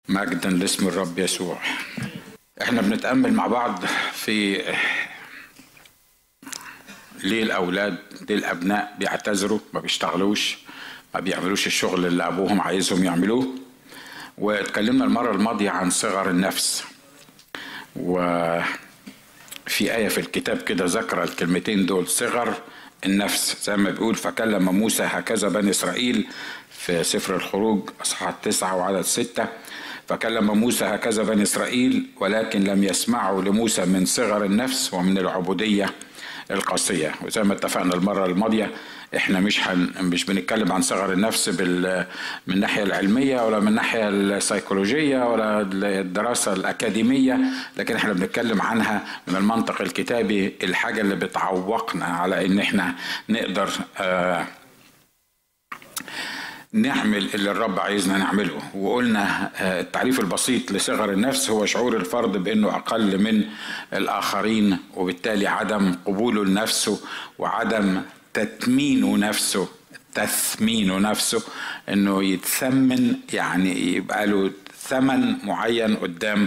مجدا لاسم الرب يسوع. احنا بنتأمل مع بعض في ليه الأولاد، ليه الأبناء بيعتذروا، ما بيشتغلوش، ما بيعملوش الشغل اللي أبوهم عايزهم يعملوه. واتكلمنا المرة الماضية عن صغر النفس، وفي آية في الكتاب كده ذكر الكلمتين دول، صغر النفس، زي ما بيقول فكلم موسى هكذا بني إسرائيل في سفر الخروج أصحاح 9 وعدد 6. فكلم موسى هكذا بني إسرائيل ولكن لم يسمعوا لموسى من صغر النفس ومن العبودية القاسية. وزي ما اتفقنا المرة الماضية احنا مش بنتكلم عن صغر النفس من الناحية العلمية ولا من الناحية السيكولوجية ولا الدراسة الأكاديمية، لكن احنا بنتكلم عنها من المنطق الكتابي، الحاجة اللي بتعوقنا على ان احنا نقدر نعمل اللي الرب عايزنا نعمله. وقلنا التعريف البسيط لصغر النفس هو شعور الفرد بأنه أقل من الآخرين، وبالتالي عدم قبوله لنفسه وعدم تثمين نفسه، أنه يتثمن، يعني يبقى له ثمن معين قدام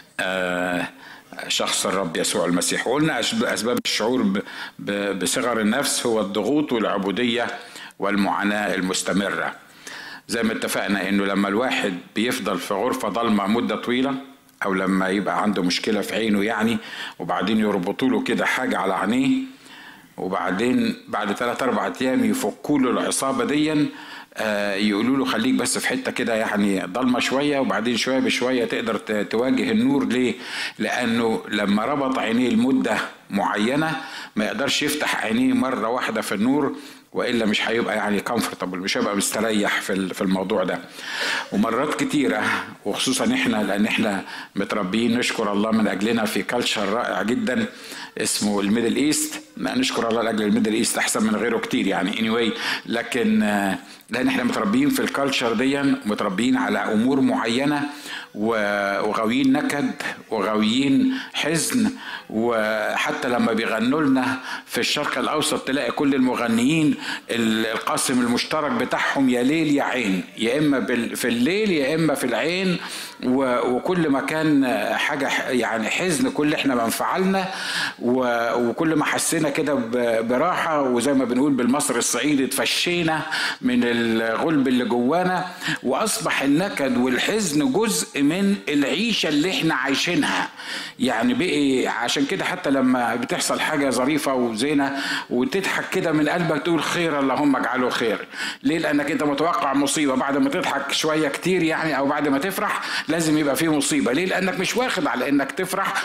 شخص الرب يسوع المسيح. وقلنا أسباب الشعور بصغر النفس هو الضغوط والعبودية والمعاناة المستمرة. زي ما اتفقنا انه لما الواحد بيفضل في غرفة ضلمة مدة طويلة، او لما يبقى عنده مشكلة في عينه يعني، وبعدين يربطوا له كده حاجة على عينيه، وبعدين بعد 3-4 ايام يفكوا له العصابة دي، يقولوا له خليك بس في حتة كده يعني ضلمة شوية، وبعدين شوية بشوية تقدر تواجه النور. ليه؟ لأنه لما ربط عينيه لمدة معينة ما يقدرش يفتح عينيه مرة واحدة في النور، وإلا مش هيبقى يعني كومفورتابل، مش هيبقى مستريح في الموضوع ده. ومرات كتيرة، وخصوصا احنا لأن احنا متربيين نشكر الله من أجلنا في كالتشر رائع جدا اسمه الميدل ايست، ما نشكر الله لأجل الميدل ايست أحسن من غيره كتير يعني anyway، لكن لأن احنا متربيين في الكالتشر دي، متربيين على أمور معينة وغاويين نكد وغاويين حزن. وحتى لما بيغنوا لنا في الشرق الأوسط تلاقي كل المغنيين القاسم المشترك بتاعهم يا ليل يا عين، يا إما في الليل يا إما في العين، وكل ما كان حاجة يعني حزن كل احنا ما انفعلنا، وكل ما حسينا كده براحة، وزي ما بنقول بالمصري الصعيدي اتفشينا من الغلب اللي جوانا، وأصبح النكد والحزن جزء من العيشة اللي احنا عايشينها. يعني بقي عشان كده حتى لما بتحصل حاجة ظريفة وزينة وتضحك كده من قلبك تقول خير اللهم اجعله خير. ليه؟ لأنك انت متوقع مصيبة بعد ما تضحك شوية كتير يعني، أو بعد ما تفرح لازم يبقى فيه مصيبة. ليه؟ لأنك مش واخد على انك تفرح،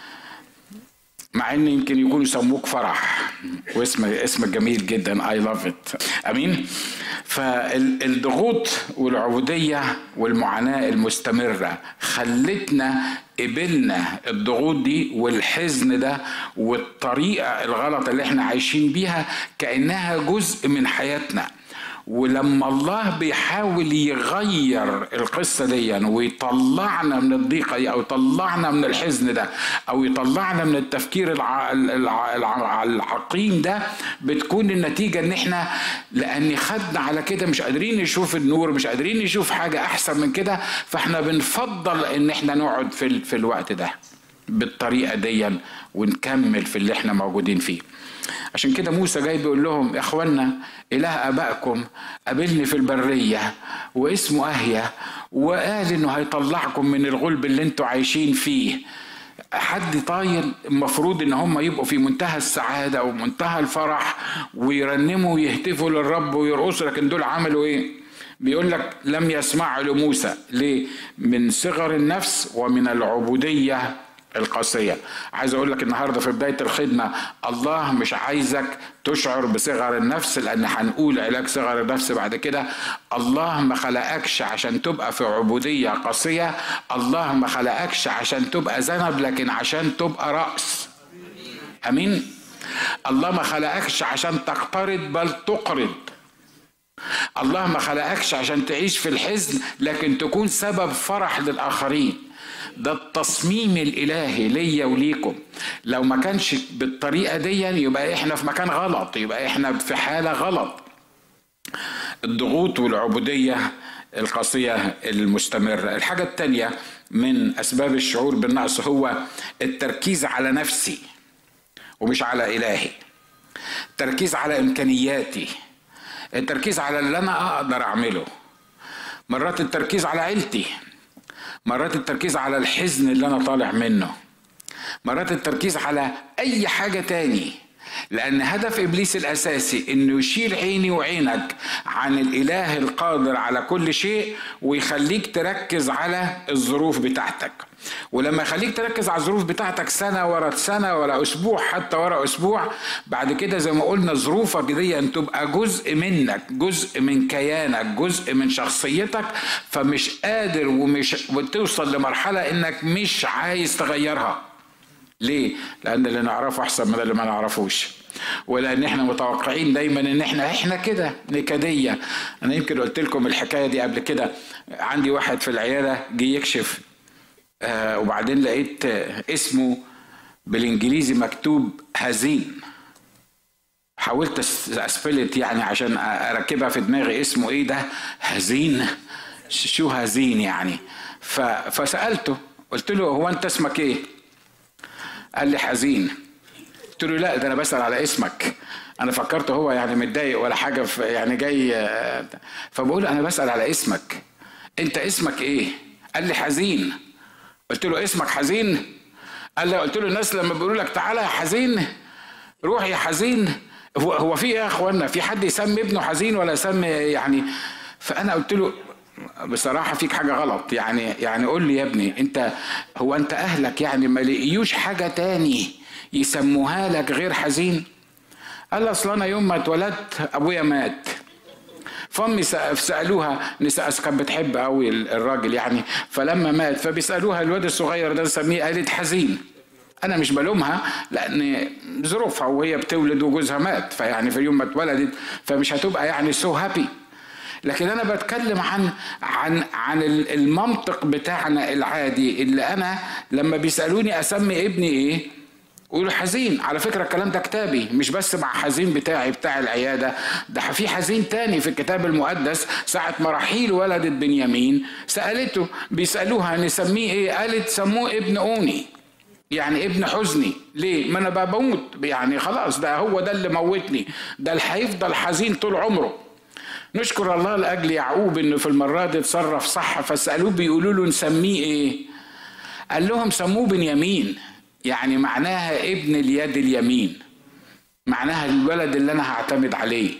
مع ان يمكن يكونوا يسموك فرح، واسمك جميل جدا I love it. امين. فالضغوط والعبودية والمعاناة المستمرة خلتنا قبلنا الضغوط دي والحزن ده والطريقة الغلط اللي احنا عايشين بيها كأنها جزء من حياتنا. ولما الله بيحاول يغير القصة دي ويطلعنا من الضيقة دي، أو يطلعنا من الحزن ده، أو يطلعنا من التفكير العقيم ده، بتكون النتيجة إن إحنا لأن خدنا على كده مش قادرين نشوف النور، مش قادرين نشوف حاجة أحسن من كده، فإحنا بنفضل إن إحنا نقعد في الوقت ده بالطريقة دي ونكمل في اللي إحنا موجودين فيه. عشان كده موسى جاي بيقول لهم يا اخوانا، اله ابائكم قابلني في البرية واسمه اهيا، وقال انه هيطلعكم من الغلب اللي انتوا عايشين فيه. حد طايل المفروض ان هم يبقوا في منتهى السعادة ومنتهى الفرح ويرنموا ويهتفوا للرب ويرقصوا، لكن دول عملوا ايه؟ بيقول لك لم يسمعوا لموسى. ليه؟ من صغر النفس ومن العبودية القاسية. عايز اقول لك النهاردة في بداية الخدمة، الله مش عايزك تشعر بصغر النفس، لان هنقول علاج صغر النفس بعد كده. الله ما خلقكش عشان تبقى في عبودية قاسية، الله ما خلقكش عشان تبقى ذنب، لكن عشان تبقى رأس. امين. الله ما خلقكش عشان تقترض بل تقرض. الله ما خلقكش عشان تعيش في الحزن لكن تكون سبب فرح للآخرين. ده التصميم الإلهي ليا وليكم. لو ما كانش بالطريقة دي يبقى احنا في مكان غلط، يبقى احنا في حالة غلط. الضغوط والعبودية القاسية المستمرة. الحاجة التانية من أسباب الشعور بالنقص هو التركيز على نفسي ومش على إلهي، التركيز على إمكانياتي، التركيز على اللي أنا أقدر أعمله، مرات التركيز على عيلتي، مرات التركيز على الحزن اللي أنا طالع منه، مرات التركيز على أي حاجة تاني. لأن هدف إبليس الأساسي إنه يشيل عيني وعينك عن الإله القادر على كل شيء ويخليك تركز على الظروف بتاعتك. ولما يخليك تركز على الظروف بتاعتك سنة ورا سنة ولا أسبوع حتى ورا أسبوع، بعد كده زي ما قلنا ظروفك دي أن تبقى جزء منك، جزء من كيانك، جزء من شخصيتك، فمش قادر وتوصل لمرحلة إنك مش عايز تغيرها. ليه؟ لأن اللي نعرفه أحسن من اللي ما نعرفوش، ولأن احنا متوقعين دايما ان احنا كده نكدية. أنا يمكن قلت لكم الحكاية دي قبل كده. عندي واحد في العيادة جه يكشف وبعدين لقيت اسمه بالإنجليزي مكتوب هزين. حاولت أسفلت يعني عشان أركبها في دماغي، اسمه إيه ده؟ هزين؟ شو هزين يعني؟ فسألته قلت له هو أنت اسمك إيه؟ قال لي حزين. قلت له لا، ده انا بسأل على اسمك. انا فكرت هو يعني متضايق ولا حاجه يعني جاي، فبقول انا بسأل على اسمك، انت اسمك ايه؟ قال لي حزين. قلت له اسمك حزين؟ قال لي. قلت له الناس لما بيقولوا لك تعالى يا حزين، روح يا حزين، هو في ايه يا اخوانا؟ في حد يسمي ابنه حزين ولا يسمي يعني؟ فانا قلت له بصراحة فيك حاجة غلط، يعني قول لي يا ابني انت، هو انت اهلك يعني ما لقيوش حاجة تاني يسموها لك غير حزين؟ قال اصل انا يوم ما اتولدت ابويا مات، فامي سألوها، نساء كانت بتحب قوي الراجل يعني، فلما مات فبيسألوها الواد الصغير ده نسميه، قالت حزين. انا مش بلومها لان ظروفها وهي بتولد وجوزها مات، فيعني في يوم ما اتولدت فمش هتبقى يعني سو هابي. لكن انا بتكلم عن المنطق بتاعنا العادي، اللي انا لما بيسألوني اسمي ابني ايه قولوا حزين. على فكرة الكلام ده كتابي، مش بس مع حزين بتاع العيادة، ده في حزين تاني في الكتاب المقدس. ساعة ما رحيل ولدت بنيامين سألته بيسألوها نسميه ايه، قالت سموه ابن اوني، يعني ابن حزني. ليه؟ ما انا بموت يعني، خلاص ده هو ده اللي موتني، ده اللي هيفضل حزين طول عمره. نشكر الله لأجل يعقوب انه في المرة دي اتصرف صح، فسألوه بيقولوا له نسميه ايه؟ قال لهم سموه بنيامين، يعني معناها ابن اليد اليمين، معناها الولد اللي انا هعتمد عليه.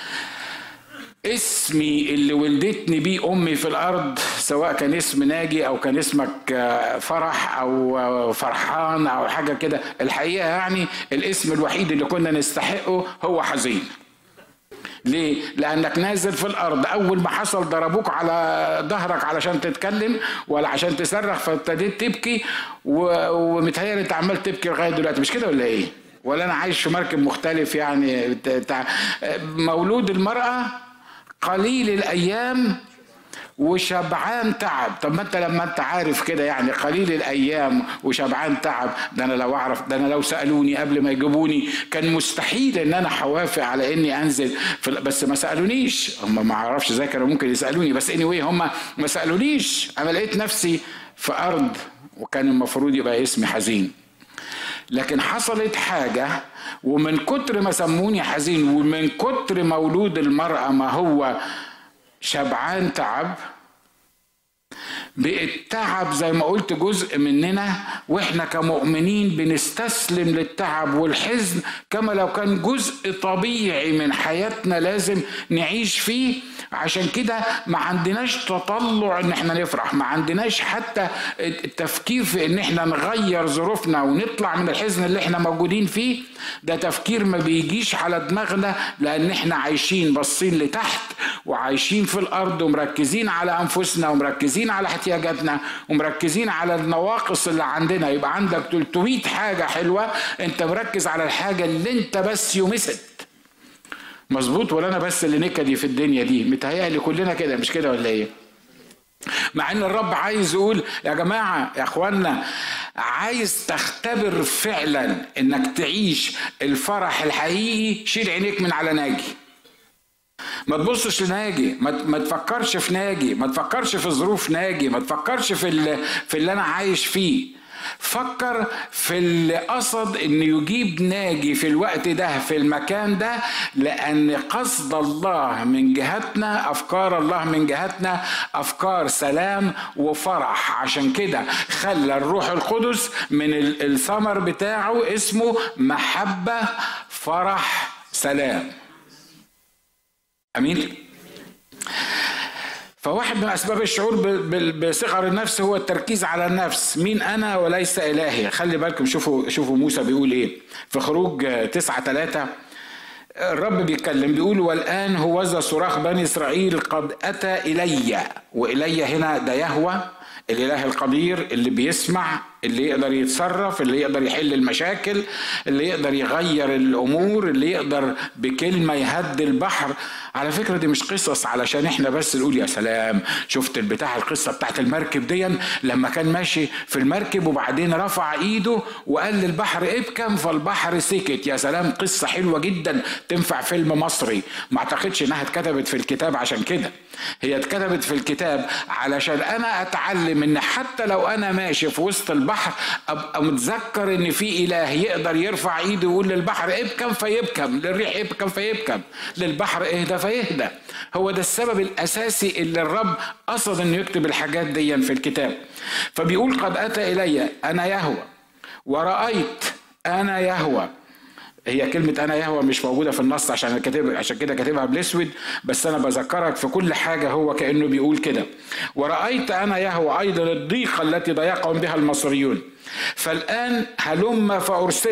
اسمي اللي ولدتني بيه امي في الارض، سواء كان اسم ناجي او كان اسمك فرح او فرحان او حاجة كده، الحقيقة يعني الاسم الوحيد اللي كنا نستحقه هو حزين. ليه؟ لأنك نازل في الأرض، أول ما حصل ضربوك على ظهرك علشان تتكلم ولا عشان تصرخ، فابتديت تبكي ومتهيألي أنت عمال تبكي لغاية دلوقتي، مش كده ولا إيه؟ ولا أنا عايش في مركب مختلف يعني؟ مولود المرأة قليل الأيام وشبعان تعب. طب ما انت لما انت عارف كده يعني قليل الايام وشبعان تعب، ده انا لو اعرف، ده انا لو سالوني قبل ما يجيبوني كان مستحيل ان انا هوافق على اني انزل بس ما سالونيش. هم ما اعرفش ازاي كانوا ممكن يسالوني، بس anyway هم ما سالونيش. انا لقيت نفسي في ارض وكان المفروض يبقى اسمي حزين، لكن حصلت حاجة ومن كتر ما سموني حزين ومن كتر مولود المرأة ما هو شبعان تعب، بقى التعب زي ما قلت جزء مننا، واحنا كمؤمنين بنستسلم للتعب والحزن كما لو كان جزء طبيعي من حياتنا لازم نعيش فيه. عشان كده ما عندناش تطلع ان احنا نفرح، ما عندناش حتى التفكير في ان احنا نغير ظروفنا ونطلع من الحزن اللي احنا موجودين فيه. ده تفكير ما بيجيش على دماغنا، لان احنا عايشين باصين لتحت وعايشين في الارض ومركزين على انفسنا ومركزين على احتياجاتنا ومركزين على النواقص اللي عندنا. يبقى عندك 300 حاجة حلوة، انت مركز على الحاجة اللي انت بس يومست. مظبوط ولا انا بس اللي نكدي في الدنيا دي؟ متهيألي كلنا كده، مش كده ولا ايه؟ مع ان الرب عايز يقول يا جماعة يا اخوانا، عايز تختبر فعلا انك تعيش الفرح الحقيقي، شيل عينيك من على ناجي. ما تبصش لناجي، ما تفكرش في ناجي، ما تفكرش في ظروف ناجي، ما تفكرش في اللي انا عايش فيه. فكر في اللي قصد انه يجيب ناجي في الوقت ده في المكان ده، لان قصد الله من جهتنا، افكار الله من جهتنا افكار سلام وفرح. عشان كده خلى الروح القدس من الثمر بتاعه اسمه محبة فرح سلام. امين. فواحد من أسباب الشعور بصغر النفس هو التركيز على النفس، مين أنا وليس إلهي. خلي بالكم، شوفوا موسى بيقول إيه في خروج 9:3. الرب بيتكلم بيقول والآن هوذا صراخ بني إسرائيل قد أتى إلي. وإلي هنا ده يهوه الإله القدير اللي بيسمع، اللي يقدر يتصرف، اللي يقدر يحل المشاكل، اللي يقدر يغير الأمور، اللي يقدر بكلمة يهدي البحر. على فكرة دي مش قصص علشان احنا بس نقول يا سلام شفت البتاع، القصة بتاعت المركب دي لما كان ماشي في المركب وبعدين رفع ايده وقال للبحر ابكم فالبحر سكت. يا سلام، قصة حلوة جدا تنفع فيلم مصري. ما اعتقدش انها اتكتبت في الكتاب عشان كده، هي اتكتبت في الكتاب علشان انا اتعلم ان حتى لو انا ماشي في وسط البحر ابقى متذكر ان في اله يقدر يرفع ايده ويقول للبحر ابكم فيبكم، للريح ابكم فيبكم، للبحر اهدى فيهدى. هو ده السبب الاساسي اللي الرب قصد انه يكتب الحاجات دي في الكتاب. فبيقول قد اتى الي انا يهوه ورأيت انا يهوه. هي كلمة أنا يهوه مش موجودة في النص عشان كده كاتبها بالاسود، بس أنا بذكرك في كل حاجة هو كأنه بيقول كده. ورأيت أنا يهوه أيضا الضيقة التي ضيقهم بها المصريون، فالآن هلم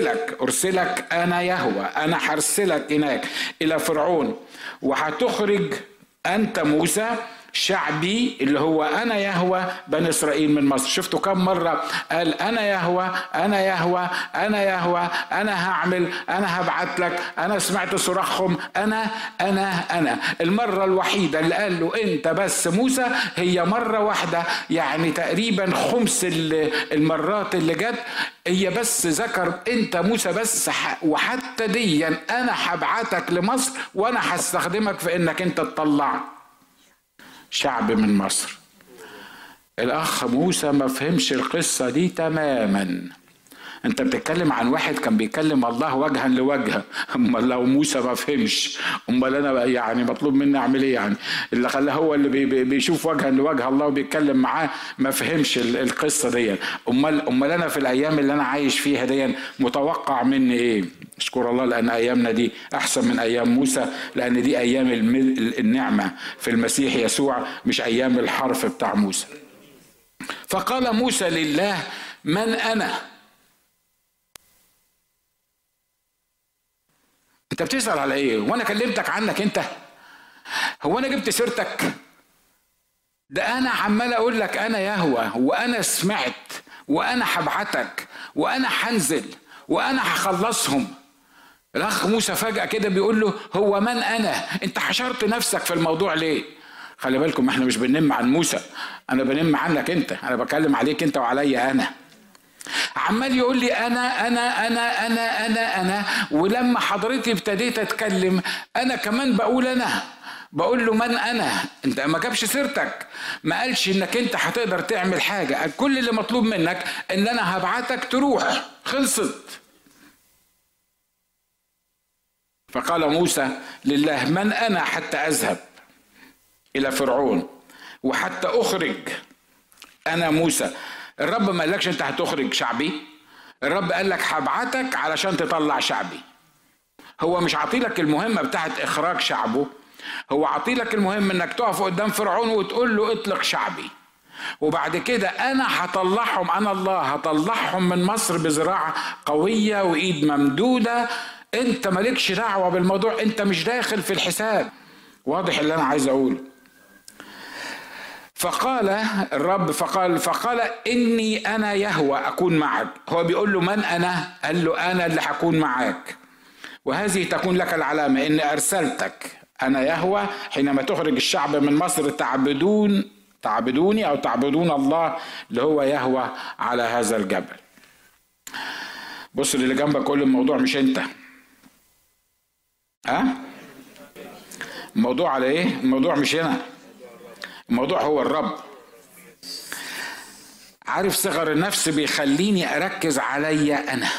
أرسلك أنا يهوه، أنا هرسلك هناك إلى فرعون، وهتخرج أنت موسى شعبي اللي هو أنا يهوه بني إسرائيل من مصر. شفتوا كم مرة قال أنا يهوه أنا يهوه أنا يهوه، أنا هعمل، أنا هبعت لك، أنا سمعت صراخهم، أنا. المرة الوحيدة اللي قال له أنت بس موسى هي مرة واحدة، يعني تقريبا خمس المرات اللي جت هي بس ذكر أنت موسى بس. وحتى دي أنا هبعتك لمصر وأنا هستخدمك في إنك أنت تطلع شعب من مصر. الأخ موسى ما فهمش القصة دي تماما. انت بتتكلم عن واحد كان بيكلم الله وجها لوجه، اما لو موسى ما فهمش امال انا يعني مطلوب مني اعمل ايه؟ يعني اللي خلاه هو اللي بيشوف وجها لوجه الله وبيتكلم معاه ما فهمش القصة دي. امال انا في الايام اللي انا عايش فيها دي متوقع مني ايه؟ اشكر الله لان ايامنا دي احسن من ايام موسى، لان دي ايام النعمة في المسيح يسوع مش ايام الحرف بتاع موسى. فقال موسى لله من انا؟ انت بتسأل على ايه؟ وانا كلمتك عنك انت؟ هو انا جبت سيرتك؟ ده انا عمال اقول لك انا يهوه، وانا سمعت، وانا هبعتك، وانا هنزل، وانا هخلصهم. الاخ موسى فجأة كده بيقول له هو من انا؟ انت حشرت نفسك في الموضوع ليه؟ خلي بالكم احنا مش بننم عن موسى، انا بنم عنك انت، انا بكلم عليك انت وعليا انا. عمال يقول لي أنا أنا أنا أنا أنا أنا، ولما حضرتي ابتديت أتكلم أنا كمان بقول له من أنا؟ أنت ما جابش سيرتك، ما قالش إنك أنت هتقدر تعمل حاجة، كل اللي مطلوب منك إن أنا هبعتك تروح، خلصت. فقال موسى لله من أنا حتى أذهب إلى فرعون وحتى أخرج أنا موسى؟ الرب ما قالكش انت هتخرج شعبي، الرب قال لك هبعتك علشان تطلع شعبي. هو مش عطيلك المهمة بتاعت اخراج شعبه، هو عطيلك المهم انك تقف قدام فرعون وتقول له اطلق شعبي، وبعد كده انا هطلعهم، انا الله هطلعهم من مصر بذراع قوية وايد ممدودة. انت مالكش دعوة بالموضوع، انت مش داخل في الحساب. واضح اللي انا عايز اقوله؟ فقال الرب فقال إني أنا يهوه أكون معك. هو بيقول له من أنا؟ قال له أنا اللي هكون معاك، وهذه تكون لك العلامة إني أرسلتك أنا يهوه حينما تخرج الشعب من مصر تعبدوني أو تعبدون الله اللي هو يهوه على هذا الجبل. بص اللي جنبك، كل الموضوع مش أنت، الموضوع على ايه؟ الموضوع مش هنا، الموضوع هو الرب. عارف صغر النفس بيخليني اركز عليا انا،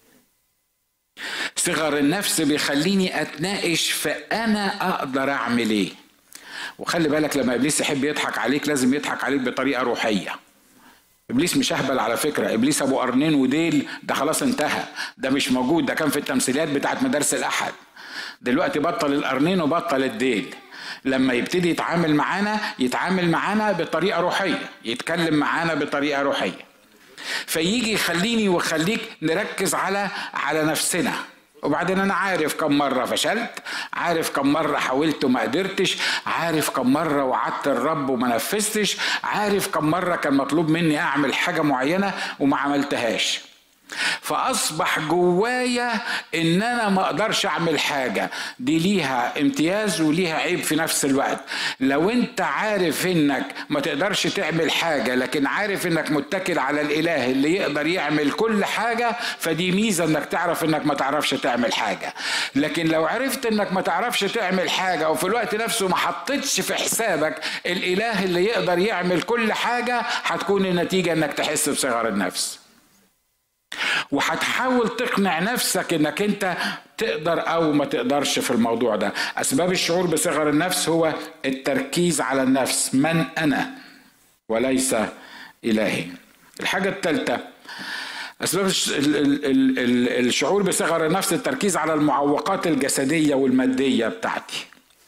صغر النفس بيخليني اتناقش فانا اقدر اعمل ايه. وخلي بالك لما ابليس يحب يضحك عليك لازم يضحك عليك بطريقه روحيه. ابليس مش اهبل على فكره، ابليس ابو قرنين وديل ده خلاص انتهى، ده مش موجود، ده كان في التمثيليات بتاعت مدارس الاحد. دلوقتي بطل القرنين وبطل الديل. لما يبتدي يتعامل معانا بطريقه روحيه، يتكلم معانا بطريقه روحيه، فيجي يخليني ويخليك نركز على نفسنا. وبعدين انا عارف كم مرة فشلت، عارف كم مرة حاولت وما قدرتش، عارف كم مرة وعدت الرب وما نفذتش، عارف كم مرة كان مطلوب مني اعمل حاجة معينة وما عملتهاش. فاصبح جوايا ان انا ما اقدرش اعمل حاجة. دي ليها امتياز وليها عيب في نفس الوقت. لو انت عارف انك ما تقدرش تعمل حاجة لكن عارف انك متكل على الاله اللي يقدر يعمل كل حاجة، فدي ميزة انك تعرف انك ما تعرفش تعمل حاجة. لكن لو عرفت انك ما تعرفش تعمل حاجة وفي الوقت نفسه ما حطيتش في حسابك الاله اللي يقدر يعمل كل حاجة، هتكون النتيجة انك تحس بصغر النفس، وهتحاول تقنع نفسك انك انت تقدر او ما تقدرش في الموضوع ده. اسباب الشعور بصغر النفس هو التركيز على النفس، من انا وليس الهي. الحاجة الثالثة اسباب الشعور بصغر النفس التركيز على المعوقات الجسدية والمادية بتاعتي.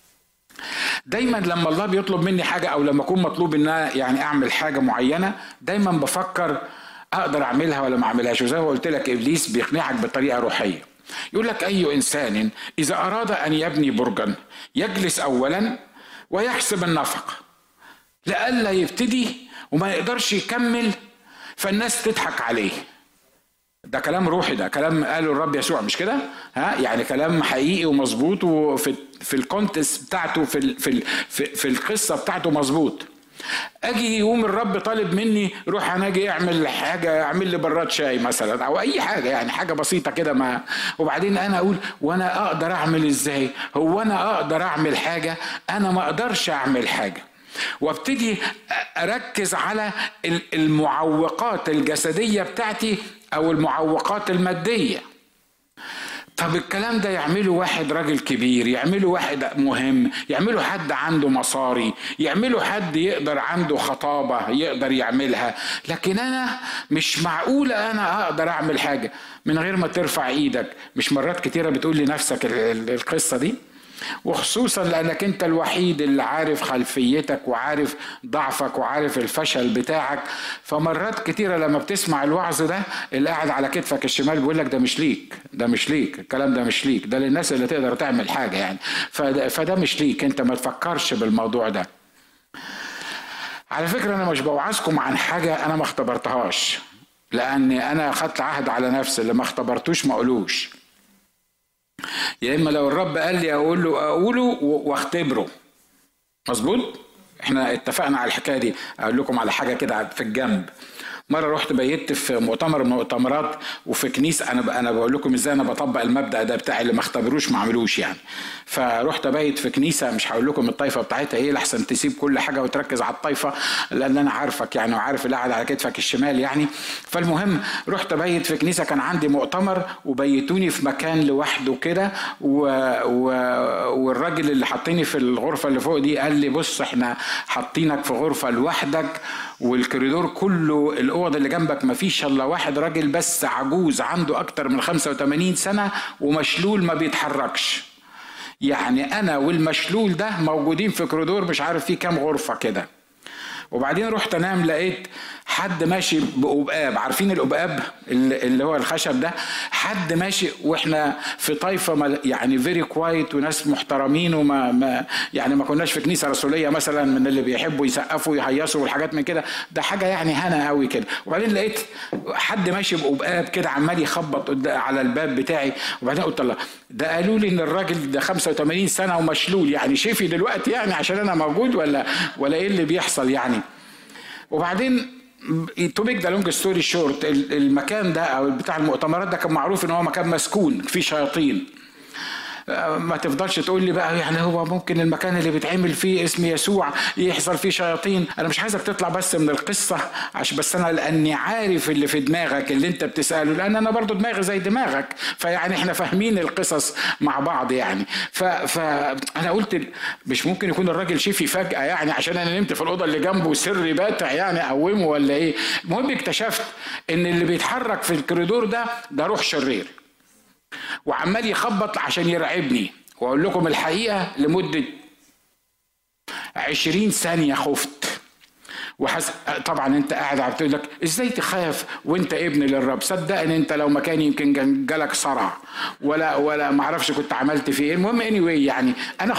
دايما لما الله بيطلب مني حاجة او لما اكون مطلوب ان يعني اعمل حاجة معينة، دايما بفكر اقدر اعملها ولا ما اعملهاش. وزي ما قلت لك ابليس بيقنعك بطريقه روحيه. يقول لك اي انسان اذا اراد ان يبني برجا يجلس اولا ويحسب النفقه لئلا يبتدي وما يقدرش يكمل فالناس تضحك عليه. ده كلام روحي، ده كلام قاله الرب يسوع، مش كده؟ يعني كلام حقيقي ومظبوط، وفي الكونتكست بتاعته في القصه بتاعته مظبوط. اجي يقوم الرب طالب مني روح انا اجي اعمل حاجه، اعمل لي براد شاي مثلا او اي حاجه، يعني حاجه بسيطه كده، وبعدين انا اقول وانا اقدر اعمل ازاي؟ هو انا اقدر اعمل حاجه؟ انا ما اقدرش اعمل حاجه. وابتدي اركز على المعوقات الجسديه بتاعتي او المعوقات الماديه. طب الكلام ده يعمله واحد راجل كبير، يعمله واحد مهم، يعمله حد عنده مصاري، يعمله حد يقدر عنده خطابة يقدر يعملها. لكن أنا مش معقولة أنا أقدر أعمل حاجة من غير ما ترفع إيدك. مش مرات كتيرة بتقول لنفسك القصة دي؟ وخصوصا لأنك أنت الوحيد اللي عارف خلفيتك وعارف ضعفك وعارف الفشل بتاعك. فمرات كتيرة لما بتسمع الوعظ ده اللي قاعد على كتفك الشمال بيقول لك ده مش ليك، ده مش ليك، الكلام ده مش ليك، ده للناس اللي تقدر تعمل حاجة يعني، فده مش ليك، أنت ما تفكرش بالموضوع ده. على فكرة أنا مش بوعظكم عن حاجة أنا ما اختبرتهاش، لأني أنا أخدت عهد على نفسي اللي ما اختبرتوش ما أقولوش. يا إما لو الرب قال لي أقوله واختبره. مظبوط؟ احنا اتفقنا على الحكاية دي. أقول لكم على حاجة كده في الجنب. مرة رحت بيت في مؤتمر من المؤتمرات وفي كنيسة، أنا بقول لكم إزاي أنا بطبق المبدأ ده بتاعي اللي ما اختبروش ما عملوش يعني. فرحت بيت في كنيسة، مش هقول لكم الطائفة بتاعتها إيه لحسن تسيب كل حاجة وتركز على الطائفة، لأن أنا عارفك يعني وعارف اللي قاعد على كتفك الشمال يعني. فالمهم رحت بيت في كنيسة، كان عندي مؤتمر وبيتوني في مكان لوحده كده، والراجل اللي حطيني في الغرفة اللي فوق دي قال لي بص احنا حاطينك في غرفة لوحدك، والكوريدور كله الأوض اللي جنبك ما فيش الا واحد راجل بس عجوز عنده أكتر من 85 سنة ومشلول ما بيتحركش. يعني أنا والمشلول ده موجودين في كوريدور مش عارف فيه كام غرفة كده. وبعدين رحت انام لقيت حد ماشي بقبقاب، عارفين القبقاب اللي هو الخشب ده، حد ماشي واحنا في طائفه يعني فيري كوايت وناس محترمين وما يعني ما كناش في كنيسه رسوليه مثلا من اللي بيحبوا يسقفوا ويهيصوا والحاجات من كده، ده حاجه يعني هنا قوي كده. وبعدين لقيت حد ماشي بقبقاب كده عمال يخبط على الباب بتاعي. وبعدين قلت الله، ده قالوا لي ان الراجل ده 85 سنه ومشلول، يعني شايفي دلوقتي يعني عشان انا موجود ولا ايه اللي بيحصل يعني. وبعدين تو ميك ذا لونج ستوري شورت، المكان ده او بتاع المؤتمرات ده كان معروف ان هو مكان مسكون فيه شياطين. ما تفضلش تقول لي بقى يعني هو ممكن المكان اللي بيتعمل فيه اسم يسوع يحصل فيه شياطين. انا مش عايزك تطلع بس من القصة عشان بس انا لاني عارف اللي في دماغك اللي انت بتسأله، لان انا برضو دماغي زي دماغك، فيعني احنا فاهمين القصص مع بعض يعني. فانا قلت مش ممكن يكون الراجل شفي فجأة يعني عشان انا نمت في الأوضة اللي جنبه سري باتع يعني اقومه ولا ايه. المهم اكتشفت ان اللي بيتحرك في الكوريدور ده روح شرير وعمال يخبط عشان يرعبني. واقول لكم الحقيقة لمدة 20 ثانية خفت طبعا انت قاعد عم تقول لك ازاي تخاف وانت ابن للرب؟ صدقني انت لو مكاني يمكن جالك صرع ولا ما اعرفش كنت عملت فيه ايه. المهم anyway يعني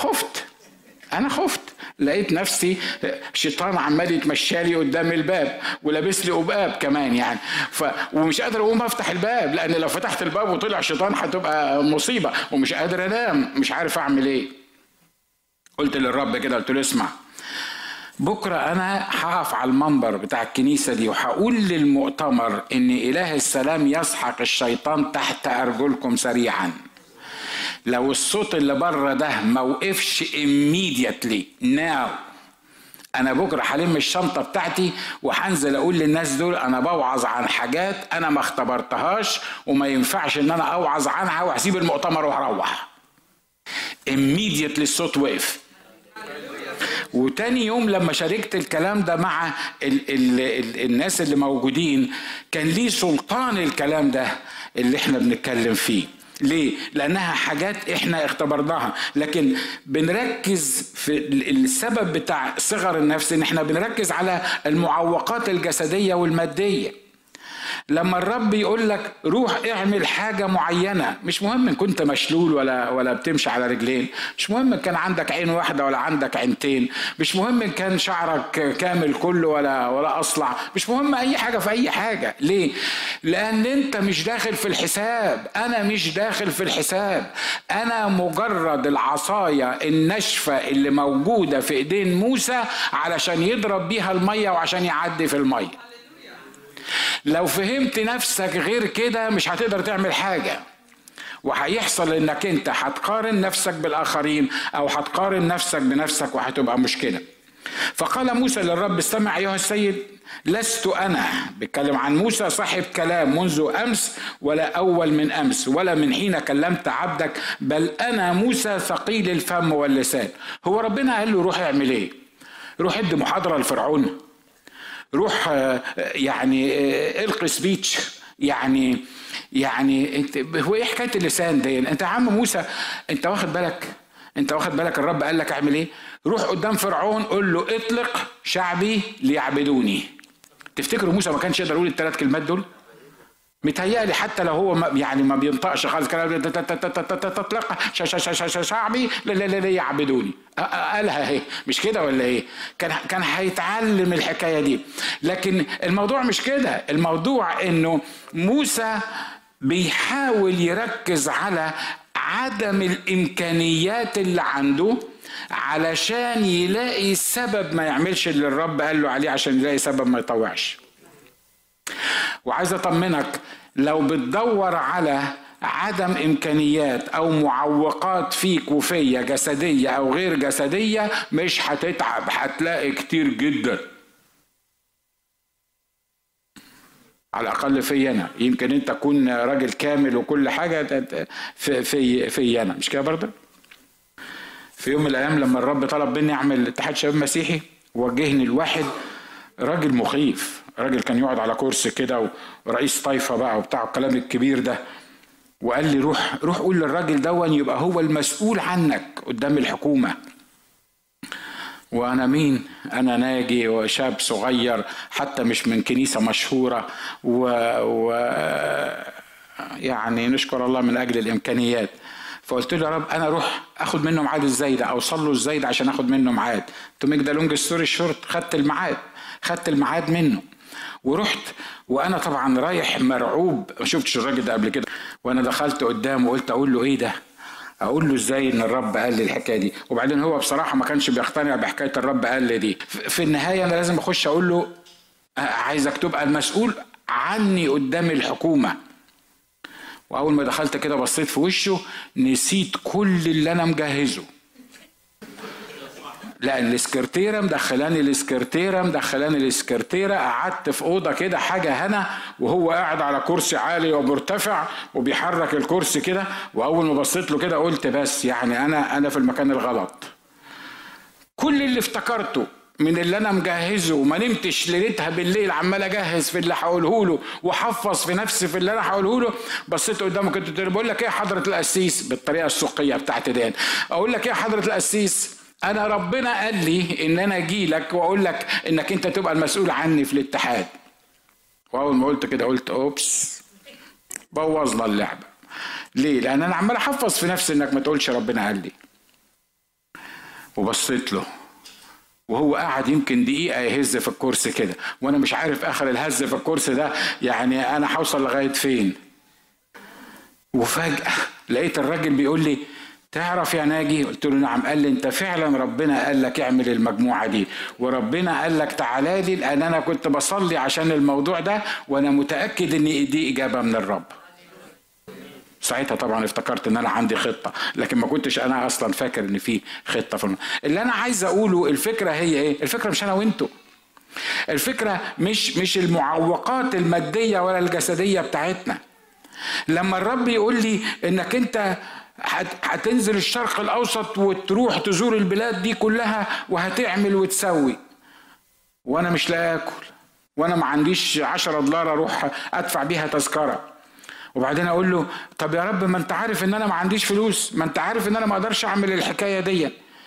انا خفت لقيت نفسي شيطان عمال يتمشالي قدام الباب ولابس لي قباب كمان يعني ومش قادر اقوم افتح الباب، لان لو فتحت الباب وطلع شيطان هتبقى مصيبه، ومش قادر انام مش عارف اعمل ايه. قلت للرب كده، قلت له اسمع، بكرة أنا هقف على المنبر بتاع الكنيسة دي وهقول للمؤتمر إن إله السلام يسحق الشيطان تحت أرجلكم سريعا. لو الصوت اللي بره ده ما وقفش immediately now، أنا بكرة هلم الشنطة بتاعتي وهنزل أقول للناس دول أنا بوعظ عن حاجات أنا ما اختبرتهاش وما ينفعش إن أنا أوعظ عنها، وهسيب المؤتمر وهروح. immediately الصوت وقف. وتاني يوم لما شاركت الكلام ده مع الناس اللي موجودين كان ليه سلطان الكلام ده اللي احنا بنتكلم فيه. ليه؟ لأنها حاجات احنا اختبرناها، لكن بنركز في السبب بتاع صغر النفس ان احنا بنركز على المعوقات الجسدية والمادية. لما الرب يقول لك روح اعمل حاجة معينة، مش مهم ان كنت مشلول ولا بتمشي على رجلين، مش مهم ان كان عندك عين واحدة ولا عندك عينتين، مش مهم ان كان شعرك كامل كله ولا اصلع، مش مهم اي حاجة في اي حاجة. ليه؟ لان انت مش داخل في الحساب، انا مش داخل في الحساب، انا مجرد العصاية الناشفة اللي موجودة في ايدين موسى علشان يضرب بيها المية وعشان يعدي في المية. لو فهمت نفسك غير كده مش هتقدر تعمل حاجة، وهيحصل انك انت هتقارن نفسك بالاخرين او هتقارن نفسك بنفسك وهتبقى مشكلة. فقال موسى للرب استمع ايها السيد، لست انا، بيتكلم عن موسى صاحب كلام منذ امس ولا اول من امس ولا من حين كلمت عبدك، بل انا موسى ثقيل الفم واللسان. هو ربنا قال له روح اعمل ايه؟ روح ادي محاضرة لفرعون، روح يعني القي سبيتش، يعني انت هو ايه حكايه اللسان دي؟ انت يا عم موسى انت واخد بالك الرب قال لك اعمل ايه؟ روح قدام فرعون قول له اطلق شعبي ليعبدوني. تفتكروا موسى ما كانش يقدر يقول الثلاث كلمات دول؟ متهيألي حتى لو هو يعني ما بينطقش خالص كلام تطلق شعبي لا يعبدوني، قالها اهي، مش كده ولا ايه؟ كان هيتعلم الحكايه دي. لكن الموضوع مش كده، الموضوع انه موسى بيحاول يركز على عدم الامكانيات اللي عنده علشان يلاقي سبب ما يعملش اللي الرب قال له عليه، عشان يلاقي سبب ما يطوعش. وعايز اطمنك، لو بتدور على عدم امكانيات او معوقات فيك وفيا جسدية او غير جسدية مش هتتعب، هتلاقي كتير جدا. على الاقل في انا، يمكن انت تكون راجل كامل وكل حاجة في انا، مش كده برضه؟ في يوم من الايام لما الرب طلب مني اعمل اتحاد شباب مسيحي، وجهني لواحد راجل مخيف، راجل كان يقعد على كرسي كده ورئيس طائفة بقى وبتاع الكلام الكبير ده، وقال لي روح قول للراجل دون يبقى هو المسؤول عنك قدام الحكومة. وانا مين؟ انا ناجي وشاب صغير حتى مش من كنيسة مشهورة يعني نشكر الله من اجل الامكانيات. فقلت له يا رب انا اروح اخد منه ميعاد الزايدة، اوصل له الزايدة عشان اخد منه ميعاد. تو ميك ذا لونج ستوري شورت، خدت الميعاد منه ورحت، وانا طبعا رايح مرعوب، ما شفتش الراجل ده قبل كده. وانا دخلت قدامه وقلت اقول له ايه ده؟ اقول له ازاي ان الرب قال لي الحكايه دي؟ وبعدين هو بصراحه ما كانش بيقتنع بحكايه الرب قال لي دي. في النهايه انا لازم اخش اقول له عايزك تبقى المسؤول عني قدام الحكومه. واول ما دخلت كده بصيت في وشه نسيت كل اللي انا مجهزه. لا السكرتيره مدخلاني السكرتيره، قعدت في اوضه كده حاجه هنا، وهو قاعد على كرسي عالي ومرتفع وبيحرك الكرسي كده، واول ما بصيت له كده قلت بس يعني انا في المكان الغلط. كل اللي افتكرته من اللي انا مجهزه وما نمتش ليلتها بالليل عمال اجهز في اللي هقوله له واحفظ في نفسي في اللي انا هقوله له، بصيت قدامه كده بقول لك ايه يا حضره القسيس بالطريقه السوقيه بتاعتي دي، اقول لك ايه يا حضره القسيس، انا ربنا قال لي ان انا اجي لك واقول لك انك انت تبقى المسؤول عني في الاتحاد. واول ما قلت كده قلت اوبس، بوظنا اللعبه. ليه؟ لان انا عمال احفظ في نفسي انك ما تقولش ربنا قال لي. وبصيت له وهو قاعد يمكن دقيقه يهز في الكرسي كده، وانا مش عارف اخر الهز في الكرسي ده يعني انا هوصل لغايه فين. وفجاه لقيت الراجل بيقول لي تعرف يا ناجي؟ قلت له نعم. قال لي انت فعلا ربنا قال لك اعمل المجموعه دي، وربنا قال لك تعالى لي لان انا كنت بصلي عشان الموضوع ده وانا متاكد ان دي اجابه من الرب. ساعتها طبعا افتكرت ان انا عندي خطه، لكن ما كنتش انا اصلا فاكر ان في خطه في اللي انا عايز اقوله. الفكره هي ايه؟ الفكره مش انا وانتو، الفكره مش المعوقات الماديه ولا الجسديه بتاعتنا. لما الرب يقول لي انك انت هتنزل الشرق الاوسط وتروح تزور البلاد دي كلها وهتعمل وتسوي، وانا مش لا اكل وانا ما عنديش $10 اروح ادفع بيها تذكره، وبعدين اقول له طب يا رب ما انت عارف ان انا ما عنديش فلوس، ما انت عارف ان انا ما اقدرش اعمل الحكايه دي.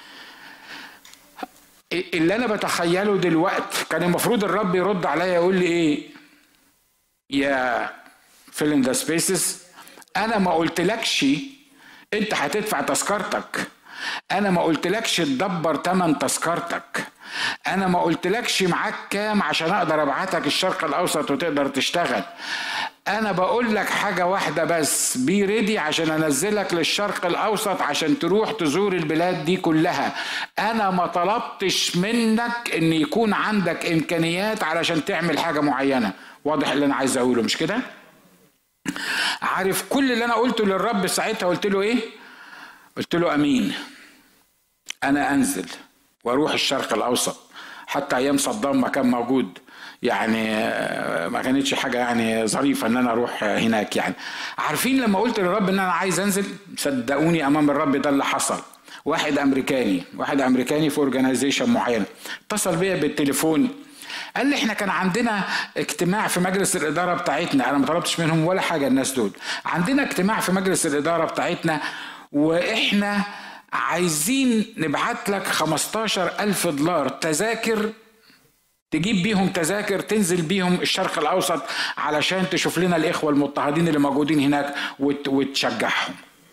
اللي انا بتخيله دلوقتي كان المفروض الرب يرد عليا يقول لي ايه؟ يا fill in the spaces، انا ما قلتلكش انت هتدفع تذكرتك، انا ما قلتلكش تدبر تمن تذكرتك، انا ما قلتلكش معاك كام عشان اقدر ابعتك الشرق الاوسط وتقدر تشتغل. انا بقول لك حاجه واحده بس، بي ريدي عشان انزلك للشرق الاوسط عشان تروح تزور البلاد دي كلها. انا ما طلبتش منك ان يكون عندك امكانيات علشان تعمل حاجه معينه. واضح اللي انا عايز اقوله مش كده؟ عارف كل اللي انا قلته للرب ساعتها قلت له ايه؟ قلت له امين، انا انزل واروح الشرق الاوسط. حتى ايام صدام ما كان موجود، يعني ما كانتش حاجه يعني ظريفه ان انا اروح هناك. يعني عارفين لما قلت للرب ان انا عايز انزل، صدقوني امام الرب ده اللي حصل. واحد امريكاني في اورجانيزيشن معينه اتصل بيا بالتليفون، قال لي احنا كان عندنا اجتماع في مجلس الاداره بتاعتنا، انا ما طلبتش منهم ولا حاجه الناس دول، عندنا اجتماع في مجلس الاداره بتاعتنا واحنا عايزين نبعت لك $15,000 تذاكر، تجيب بيهم تذاكر تنزل بيهم الشرق الاوسط علشان تشوف لنا الاخوه المضطهدين اللي موجودين هناك وتشجعهم.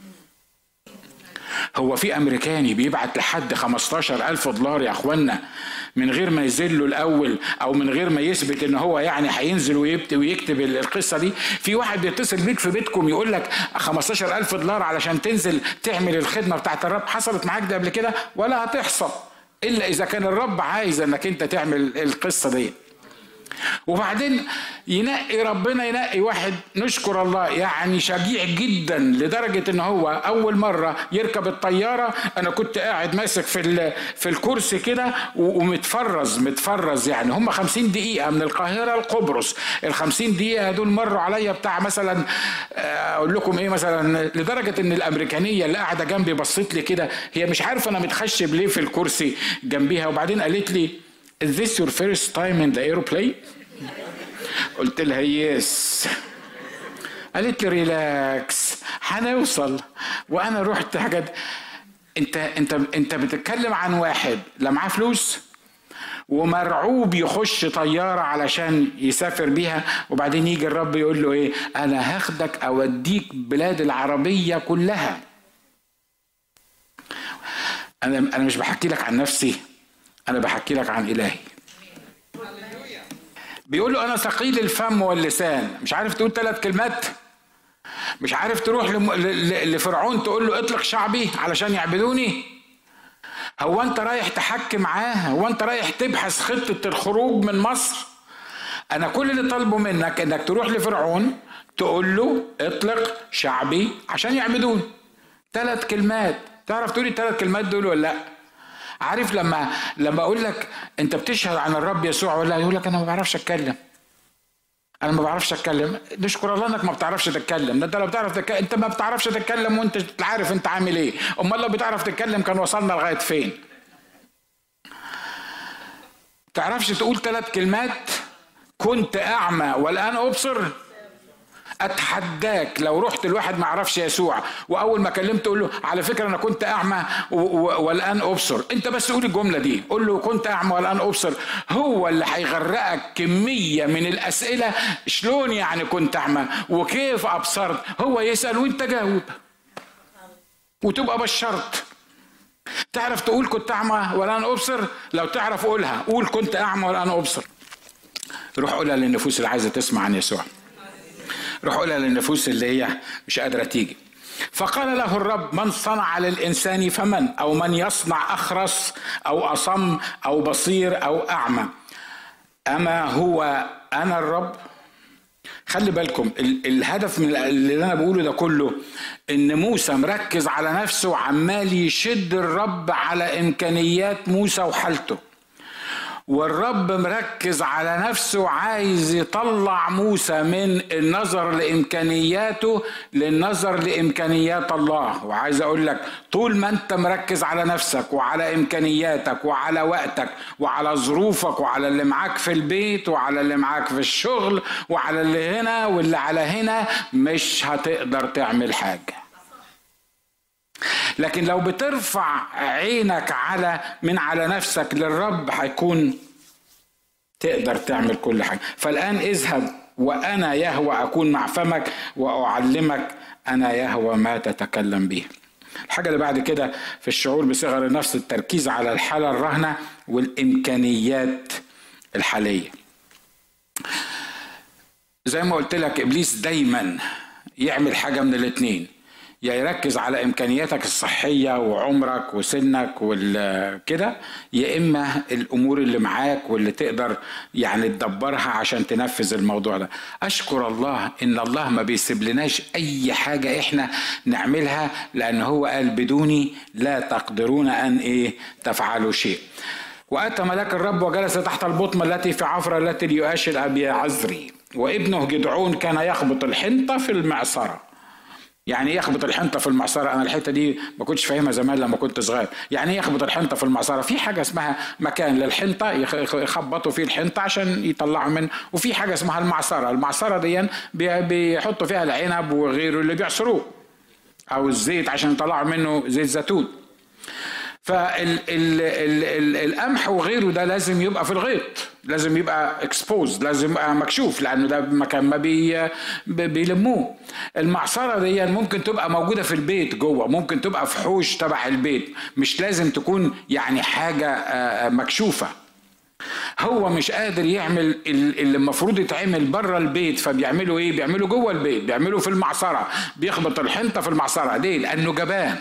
هو في امريكاني بيبعت لحد $15,000 يا اخوانا من غير ما ينزل له الاول او من غير ما يثبت ان هو يعني هينزل ويكتب القصه دي؟ في واحد بيتصل بيك في بيتكم يقول لك $15,000 علشان تنزل تعمل الخدمه بتاعت الرب. حصلت معاك ده قبل كده؟ ولا هتحصل الا اذا كان الرب عايز انك انت تعمل القصه دي. وبعدين ربنا ينقي واحد نشكر الله يعني شجيع جدا لدرجة ان هو اول مرة يركب الطيارة انا كنت قاعد ماسك في الكرسي كده ومتفرز يعني هم 50 دقيقة من القاهرة لقبرص. ال50 دقيقة دول مروا عليا بتاع مثلا اقول لكم ايه مثلا، لدرجة ان الامريكانية اللي قاعدة جنبي بصيت لي كده، هي مش عارفة انا متخشب ليه في الكرسي جنبيها، وبعدين قالت لي Is this your first time in the airplane؟ قلت لها يس. قالت لي ريلاكس هنوصل. وانا رحت حاجات. انت بتتكلم عن واحد لا معاه فلوس ومرعوب يخش طيارة علشان يسافر بيها، وبعدين يجي الرب يقول له ايه؟ انا هاخدك اوديك بلاد العربية كلها. انا مش بحكي لك عن نفسي، انا بحكي لك عن الهي. بيقول له انا ثقيل الفم واللسان، مش عارف تقول 3 كلمات، مش عارف تروح لفرعون تقول له اطلق شعبي علشان يعبدوني. هو انت رايح تحكي معاه؟ هو انت رايح تبحث خطة الخروج من مصر؟ انا كل اللي طالبه منك انك تروح لفرعون تقول له اطلق شعبي عشان يعبدون. 3 كلمات. تعرف تقولي 3 كلمات دول ولا لا؟ عارف لما اقول لك انت بتشهد عن الرب يسوع ولا؟ يقول لك انا ما بعرفش اتكلم. انا ما بعرفش اتكلم. نشكر الله انك ما بتعرفش تتكلم. ده انت لو بتعرف تتكلم، انت ما بتعرفش تتكلم وانت عارف انت عامل ايه. امال لو بتعرف تتكلم كان وصلنا لغايه فين؟ تعرفش تقول 3 كلمات؟ كنت اعمى والان ابصر. اتحداك لو رحت لواحد ما يعرفش يسوع واول ما كلمته تقول له على فكره انا كنت اعمى والان ابصر. انت بس قول الجمله دي، قول له كنت اعمى والان ابصر. هو اللي هيغرقك كميه من الاسئله. شلون يعني كنت اعمى وكيف ابصرت؟ هو يسال وانت جاوب وتبقى بشرت. تعرف تقول كنت اعمى والان ابصر؟ لو تعرف قولها، قول كنت اعمى والان ابصر. روح قولها للنفوس اللي عايزه تسمع عن يسوع. روح قولها للنفوس اللي هي مش قادرة تيجي. فقال له الرب من صنع للإنسان فمن، أو من يصنع أخرس أو أصم أو بصير أو أعمى، أما هو أنا الرب. خلي بالكم الهدف من اللي أنا بقوله ده كله إن موسى مركز على نفسه وعمال يشد الرب على إمكانيات موسى وحالته، والرب مركز على نفسه عايز يطلع موسى من النظر لإمكانياته للنظر لإمكانيات الله. وعايز أقول لك طول ما أنت مركز على نفسك وعلى إمكانياتك وعلى وقتك وعلى ظروفك وعلى اللي معاك في البيت وعلى اللي معاك في الشغل وعلى اللي هنا واللي على هنا، مش هتقدر تعمل حاجة. لكن لو بترفع عينك على نفسك للرب هيكون تقدر تعمل كل حاجة. فالآن اذهب وأنا يهوى أكون مع فمك وأعلمك أنا يهوى ما تتكلم به. الحاجة اللي بعد كده في الشعور بصغر النفس التركيز على الحالة الراهنة والإمكانيات الحالية. زي ما قلت لك إبليس دايما يعمل حاجة من الاتنين، يا يركز على إمكانياتك الصحية وعمرك وسنك والكده، يا إما الأمور اللي معاك واللي تقدر يعني تدبرها عشان تنفذ الموضوع ده. أشكر الله إن الله ما بيسيب لناش أي حاجة إحنا نعملها، لأن هو قال بدوني لا تقدرون أن تفعلوا شيء. وأتى ملاك الرب وجلس تحت البطمة التي في عفرة التي ليؤاش الأبي عزري، وابنه جدعون كان يخبط الحنطة في المعصرة. يعني يخبط الحنطة في المعصرة؟ أنا الحتة دي ما كنتش فاهمها زمان لما كنت صغير. يعني يخبط الحنطة في المعصرة؟ في حاجة اسمها مكان للحنطة يخبطوا فيه الحنطة عشان يطلعوا منه، وفي حاجة اسمها المعصرة. المعصرة دي بيحطوا فيها العنب وغيره اللي بيعصروه، أو الزيت عشان يطلعوا منه زيت زيتون. فالقمح وغيره ده لازم يبقى في الغيط، لازم يبقى اكسبوز، لازم يبقى مكشوف، لانه ده مكان ما بيلموه. المعصره دي ممكن تبقى موجوده في البيت جوه، ممكن تبقى في حوش تبع البيت، مش لازم تكون يعني حاجه مكشوفه. هو مش قادر يعمل اللي المفروض يتعمل بره البيت، فبيعملوا ايه؟ بيعملوا جوه البيت، بيعملوا في المعصره، بيخبط الحنطه في المعصره. ليه؟ لانه جبان.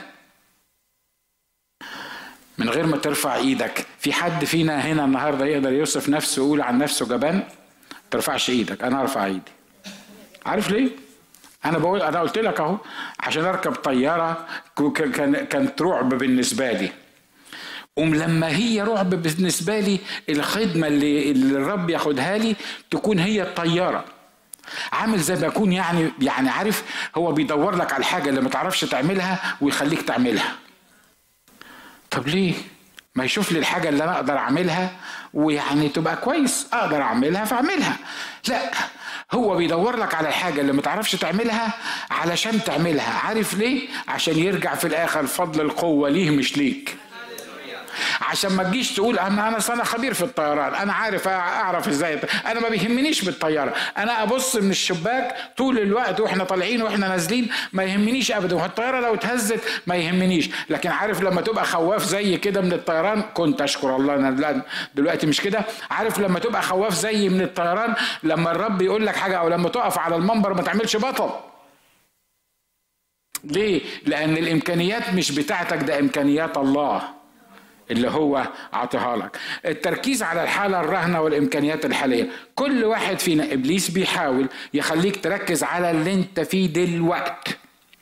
من غير ما ترفع ايدك. في حد فينا هنا النهارده يقدر يوصف نفسه ويقول عن نفسه جبان؟ ترفعش ايدك. انا ارفع ايدي. عارف ليه؟ انا قلت لك اهو، عشان اركب طياره كانت رعب بالنسبه لي. لما هي رعب بالنسبه لي، الخدمه اللي الرب ياخدها لي تكون هي الطياره. عامل زي ما يكون يعني عارف، هو بيدور لك على الحاجه اللي ما تعرفش تعملها ويخليك تعملها. طب ليه؟ ما يشوف لي الحاجة اللي أنا أقدر أعملها ويعني تبقى كويس، أقدر أعملها فأعملها. لا، هو بيدور لك على الحاجة اللي ما تعرفش تعملها علشان تعملها. عارف ليه؟ عشان يرجع في الآخر فضل القوة ليه مش ليك. عشان ما تجيش تقول انا خبير في الطيران، انا اعرف ازاي، انا ما بيهمنيش بالطياره، انا ابص من الشباك طول الوقت واحنا طالعين واحنا نازلين، ما يهمنيش ابدا، والطياره لو اتهزت ما يهمنيش. لكن عارف لما تبقى خواف زي كده من الطيران، كنت اشكر الله انا دلوقتي مش كده. عارف لما تبقى خواف زي من الطيران، لما الرب يقول لك حاجه او لما تقف على المنبر ما تعملش بطل. ليه؟ لان الامكانيات مش بتاعتك، ده امكانيات الله. اللي هو عطيها لك. التركيز على الحالة الراهنة والإمكانيات الحالية. كل واحد فينا إبليس بيحاول يخليك تركز على اللي انت فيه دلوقت،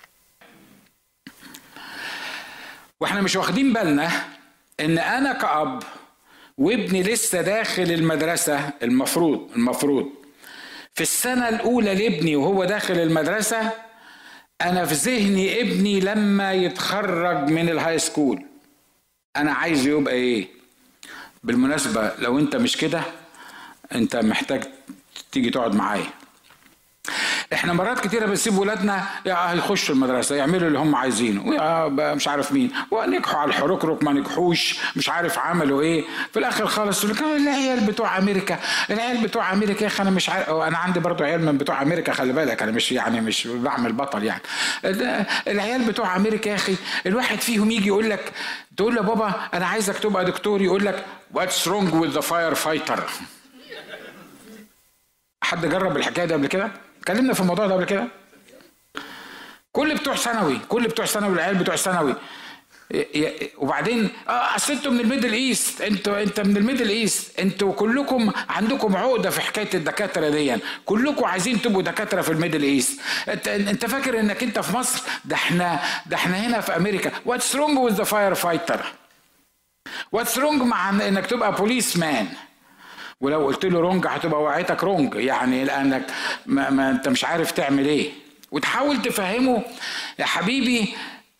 واحنا مش واخدين بالنا ان انا كأب وابني لسه داخل المدرسة، المفروض في السنة الأولى لابني وهو داخل المدرسة، أنا في ذهني ابني لما يتخرج من الهاي سكول أنا عايز يبقى إيه. بالمناسبة لو أنت مش كده أنت محتاج تيجي تقعد معايا. احنا مرات كتيرة بنسيب ولادنا يخشوا المدرسة يعملوا اللي هم عايزينه، مش عارف مين، ونجحوا على الحركرك ما نجحوش، مش عارف عملوا ايه، في الاخر خالص العيال بتوع امريكا، العيال بتوع امريكا يا اخي. انا مش عارف، انا عندي برضو عيال من بتوع امريكا، خلي بالك، انا مش بعمل بطل يعني. العيال بتوع امريكا يا اخي، الواحد فيهم يجي يقول لك، تقول له بابا انا عايزك تبقى دكتور، يقول لك what's wrong with the firefighter. حد جرب الحكايه دي قبل كده؟ اتكلمنا في الموضوع ده قبل كده. كل بتوع ثانوي العيال بتوع ثانوي، وبعدين اصل انتوا من الميدل ايست، انت من الميدل ايست، انتوا كلكم عندكم عقده في حكايه الدكاتره دي، كلكم عايزين تبقوا دكاتره في الميدل ايست. انت فاكر انك انت في مصر؟ ده احنا هنا في امريكا. واتس رونج وذ ذا فاير فايتر؟ واتس رونج مع انك تبقى بوليس مان؟ ولو قلت له رونج هتبقى وعيتك رونج، يعني لانك ما انت مش عارف تعمل ايه. وتحاول تفهمه يا حبيبي،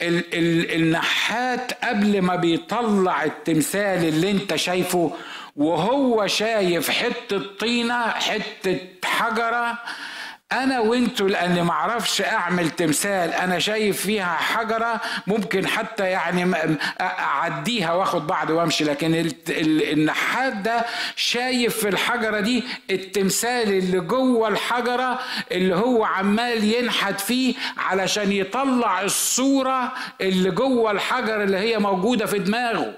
النحات قبل ما بيطلع التمثال اللي انت شايفه وهو شايف حتة طينة حتة حجرة، انا وانتوا لاني ما اعرفش اعمل تمثال انا شايف فيها حجرة ممكن حتى يعني اعديها واخد بعض وامشي، لكن النحات ده شايف في الحجرة دي التمثال اللي جوه الحجرة اللي هو عمال ينحت فيه علشان يطلع الصورة اللي جوه الحجر اللي هي موجودة في دماغه.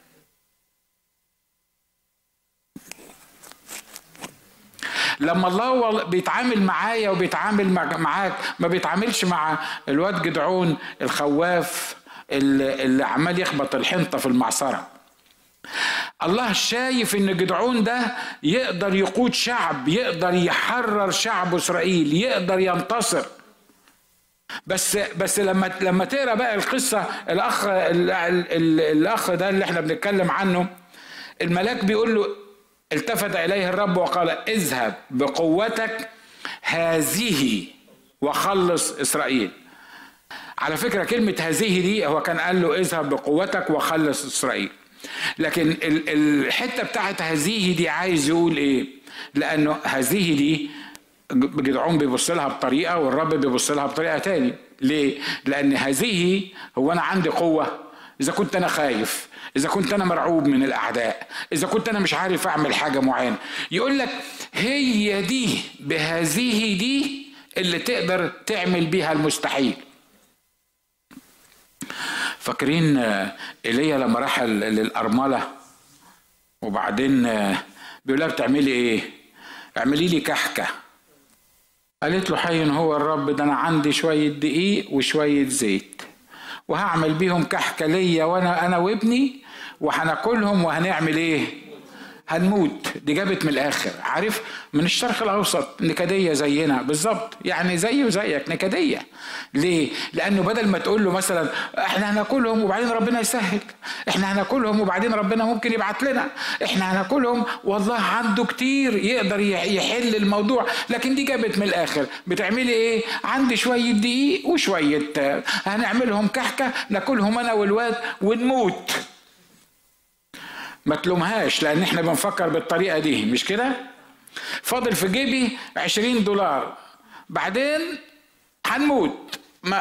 لما الله بيتعامل معايا وبيتعامل معاك، ما بيتعاملش مع الواد جدعون الخواف اللي عمال يخبط الحنطة في المعصرة. الله شايف ان جدعون ده يقدر يقود شعب، يقدر يحرر شعب إسرائيل، يقدر ينتصر. بس لما تقرأ بقى القصة، الأخ ده اللي احنا بنتكلم عنه، الملاك بيقول له، التفت إليه الرب وقال اذهب بقوتك هذه وخلص إسرائيل. على فكرة كلمة هذه دي هو كان قال له اذهب بقوتك وخلص إسرائيل، لكن الحتة بتاعت هذه دي عايز يقول ايه؟ لأنه هذه دي جدعون بيبص لها بطريقة والرب بيبص لها بطريقة تاني. ليه؟ لأن هذه هو أنا عندي قوة إذا كنت أنا خايف، إذا كنت أنا مرعوب من الأعداء، إذا كنت أنا مش عارف أعمل حاجة معينة. يقول لك هي دي بهذه دي اللي تقدر تعمل بيها المستحيل. فاكرين إيليا لما راح للأرملة وبعدين بيقول لها بتعملي إيه؟ اعملي لي كحكة. قالت له حي هو الرب، ده أنا عندي شوية دقيق وشوية زيت وهعمل بيهم كحكة ليا وانا وابني وهناكلهم وهنعمل ايه؟ هنموت. دي جابت من الاخر، عارف، من الشرق الاوسط، نكديه زينا بالظبط، يعني زي وزيك نكديه. ليه؟ لانه بدل ما تقول له مثلا احنا هناكلهم وبعدين ربنا يسهل، احنا هناكلهم وبعدين ربنا ممكن يبعت لنا، احنا هناكلهم والله عنده كتير يقدر يحل الموضوع. لكن دي جابت من الاخر، بتعملي ايه؟ عندي شويه دقيق وشويه هنعملهم كحكه ناكلهم انا والواد ونموت. ما تلومهاش لان احنا بنفكر بالطريقه دي، مش كده؟ فاضل في جيبي $20 بعدين هنموت،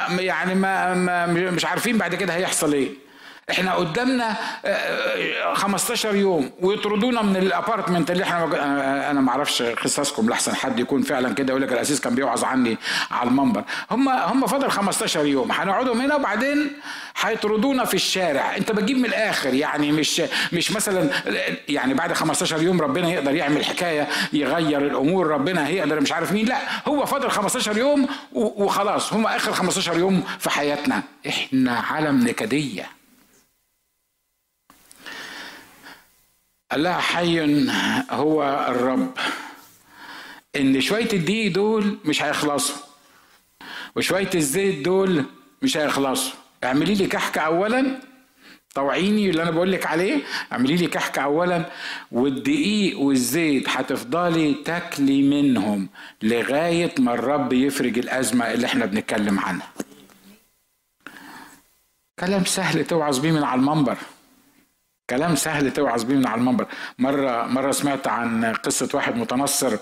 مش عارفين بعد كده هيحصل ايه. احنا قدامنا 15 يوم ويطردونا من الابارتمنت اللي انا ما اعرفش قصصكم لحسن حد يكون فعلا كده يقول لك الاسيس كان بيوعظ عني على المنبر. هم فاضل 15 يوم هنقعدهم هنا وبعدين هيطردونا في الشارع. انت بتجيب من الاخر، يعني مش مثلا يعني بعد 15 يوم ربنا يقدر يعمل حكايه يغير الامور، ربنا هيقدر مش عارف مين، لا هو فاضل 15 يوم وخلاص، هم اخر 15 يوم في حياتنا. احنا عالم نكديه. قال لها حي هو الرب، ان شوية الدقيق دول مش هيخلصوا وشوية الزيت دول مش هيخلصوا. اعملي لي كحكة اولا، طوعيني اللي انا بقول لك عليه، اعملي لي كحكة اولا، والدقيق والزيت هتفضلي تاكلي منهم لغاية ما الرب يفرج الازمة اللي احنا بنتكلم عنها. كلام سهل توعظ بيه من على المنبر، كلام سهل توعظ بيه من على المنبر. مرة سمعت عن قصة واحد متنصر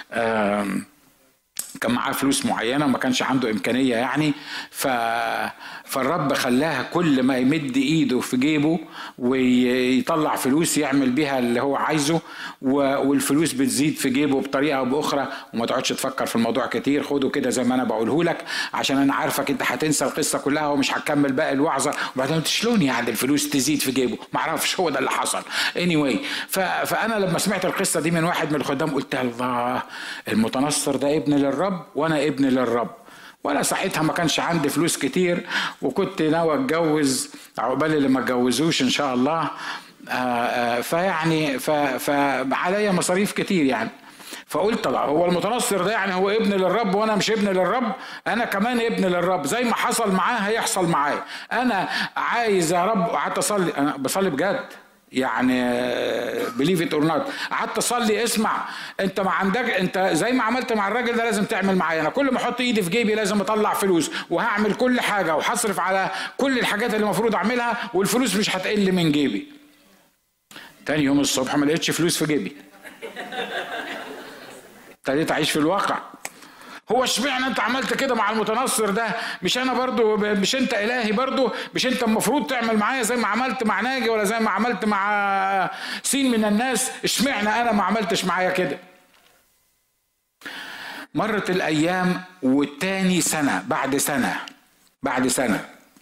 كان معاه فلوس معينة وما كانش عنده إمكانية يعني، فالرب خلاها كل ما يمد إيده في جيبه ويطلع فلوس يعمل بيها اللي هو عايزه، والفلوس بتزيد في جيبه بطريقة أو بأخرى، وما تقعدش تفكر في الموضوع كتير، خده كده زي ما أنا بقوله لك عشان أنا عارفك أنت هتنسى القصة كلها ومش هتكمل باقي الوعظة، وبعدين شلون يعني الفلوس تزيد في جيبه؟ معرفش، هو ده اللي حصل. anyway فأنا لما سمعت القصة دي من واحد من الخدام قلت الله، المتنصر ده ابن للرب وانا ابن للرب. وانا ساعتها ما كانش عندي فلوس كتير وكنت ناوي اتجوز عقبال اللي ما اتجوزوش ان شاء الله، فيعني فعليا مصاريف كتير يعني. فقلت طلع هو المتنصر ده يعني هو ابن للرب وانا مش ابن للرب؟ انا كمان ابن للرب، زي ما حصل معاه هيحصل معايا. انا عايز يا رب، وقعدت اصلي، انا بصلي بجد يعني بليف ات اور نوت، قعدت اصلي اسمع انت ما عندك، انت زي ما عملت مع الراجل ده لازم تعمل معايا. انا كل ما احط ايدي في جيبي لازم اطلع فلوس، وهعمل كل حاجه وهصرف على كل الحاجات اللي المفروض اعملها، والفلوس مش هتقل من جيبي. تاني يوم الصبح ما لقيتش فلوس في جيبي، ابتديت اعيش في الواقع. هو اشمعنى انت عملت كده مع المتنصر ده؟ مش انا برضو؟ مش انت الهي برضو؟ مش انت المفروض تعمل معايا زي ما عملت مع ناجي ولا زي ما عملت مع سين من الناس؟ اشمعنى انا ما عملتش معايا كده؟ مرت الايام والتاني سنة بعد سنة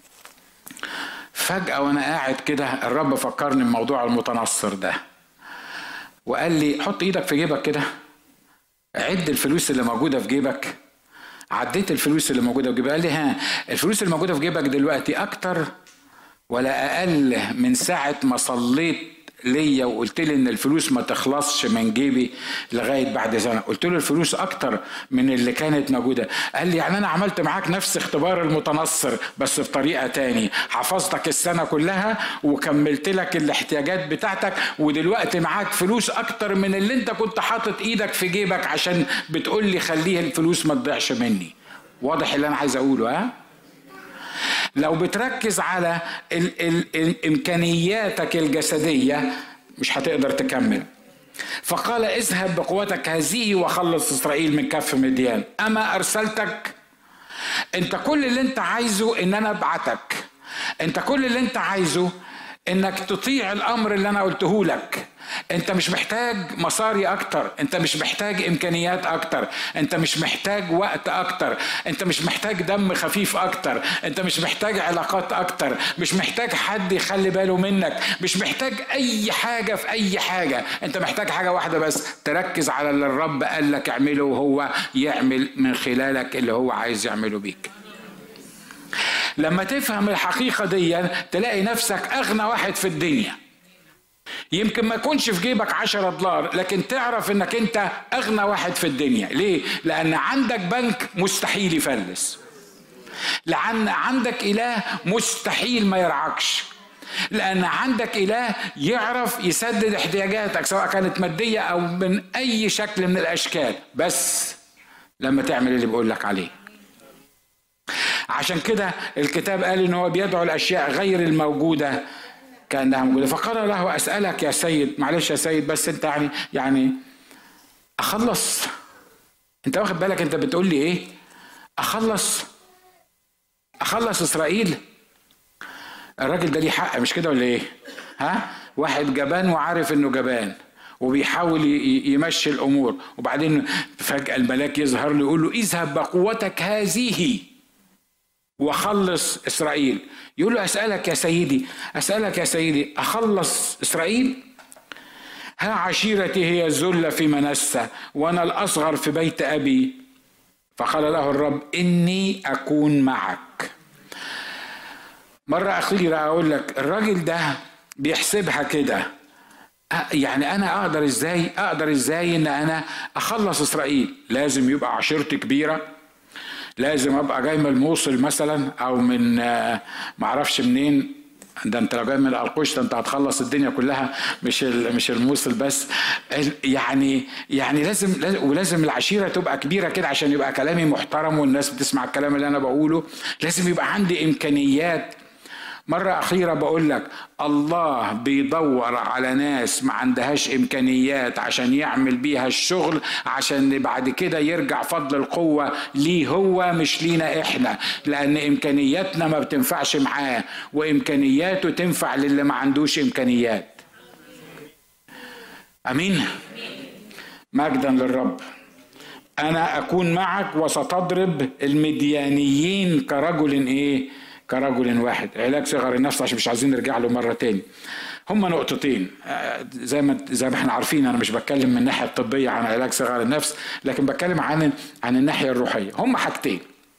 فجأة وانا قاعد كده الرب فكرني بموضوع المتنصر ده وقال لي حط ايدك في جيبك كده، عد الفلوس اللي موجودة في جيبك. عديت الفلوس اللي موجودة في جيبك. قال لي ها، الفلوس اللي موجودة في جيبك دلوقتي أكتر ولا أقل من ساعة ما صليت ليا وقلت لي إن الفلوس ما تخلصش من جيبي لغاية بعد سنة؟ قلت له الفلوس أكتر من اللي كانت موجودة. قال لي يعني أنا عملت معاك نفس اختبار المتنصر بس بطريقة تاني، حفظتك السنة كلها وكملت لك الاحتياجات بتاعتك، ودلوقتي معاك فلوس أكتر من اللي أنت كنت حاطط إيدك في جيبك عشان بتقول لي خليه الفلوس ما تضيعش مني. واضح اللي أنا عايز أقوله؟ ها؟ لو بتركز على إمكانياتك الجسدية مش هتقدر تكمل. فقال اذهب بقوتك هذه وخلص إسرائيل من كف مديان. أما أرسلتك؟ أنت كل اللي أنت عايزه إن أنا أبعتك، أنت كل اللي أنت عايزه إنك تطيع الأمر اللي أنا قلته لك. انت مش محتاج مصاري اكتر، انت مش محتاج امكانيات اكتر، انت مش محتاج وقت اكتر، انت مش محتاج دم خفيف اكتر، انت مش محتاج علاقات اكتر، مش محتاج حد يخلي باله منك، مش محتاج اي حاجة في اي حاجة. انت محتاج حاجة واحدة بس، تركز على اللي الرب قال لك اعمله وهو يعمل من خلالك اللي هو عايز يعمله بيك. لما تفهم الحقيقة دي تلاقي نفسك اغنى واحد في الدنيا. يمكن ما يكونش في جيبك $10 لكن تعرف انك انت اغنى واحد في الدنيا. ليه؟ لان عندك بنك مستحيل يفلس، لان عندك اله مستحيل ما يرعكش، لان عندك اله يعرف يسدد احتياجاتك سواء كانت مادية او من اي شكل من الاشكال، بس لما تعمل اللي بقول لك عليه. عشان كده الكتاب قال ان هو بيدعو الاشياء غير الموجودة كأنها موجودة. فقال له أسألك يا سيد، معلش يا سيد بس انت يعني أخلص؟ انت واخد بالك انت بتقول لي ايه؟ أخلص إسرائيل؟ الراجل ده ليه حق مش كده ولا ايه؟ ها؟ واحد جبان وعارف انه جبان وبيحاول يمشي الأمور، وبعدين فجأة الملاك يظهر له يقول له اذهب بقوتك هذه وخلص إسرائيل. يقول له أسألك يا سيدي أخلص إسرائيل؟ ها عشيرتي هي الذلة في منسى وأنا الأصغر في بيت أبي. فقال له الرب إني أكون معك. مرة أخيرة أقول لك الراجل ده بيحسبها كده، يعني انا اقدر ازاي ان انا اخلص اسرائيل؟ لازم يبقى عشيرتي كبيره، لازم ابقى جاي من الموصل مثلا او من معرفش منين. ده انت لو جاي من القش ده انت هتخلص الدنيا كلها، مش الموصل بس. يعني ولازم العشيره تبقى كبيره كده عشان يبقى كلامي محترم والناس بتسمع الكلام اللي انا بقوله. لازم يبقى عندي امكانيات. مرة أخيرة بقول لك، الله بيدور على ناس ما عندهاش إمكانيات عشان يعمل بيها الشغل، عشان بعد كده يرجع فضل القوة ليه هو مش لينا إحنا، لأن إمكانياتنا ما بتنفعش معاه وإمكانياته تنفع للي ما عندوش إمكانيات. أمين؟ مجدا للرب. أنا أكون معك وستضرب المديانيين كرجل إيه؟ كرجل واحد. علاج صغر النفس عشان مش عايزين نرجع له مرة تاني. هما نقطتين زي ما احنا عارفين. انا مش بتكلم من الناحية الطبية عن علاج صغر النفس، لكن بتكلم عن الناحية الروحية. هما حاجتين: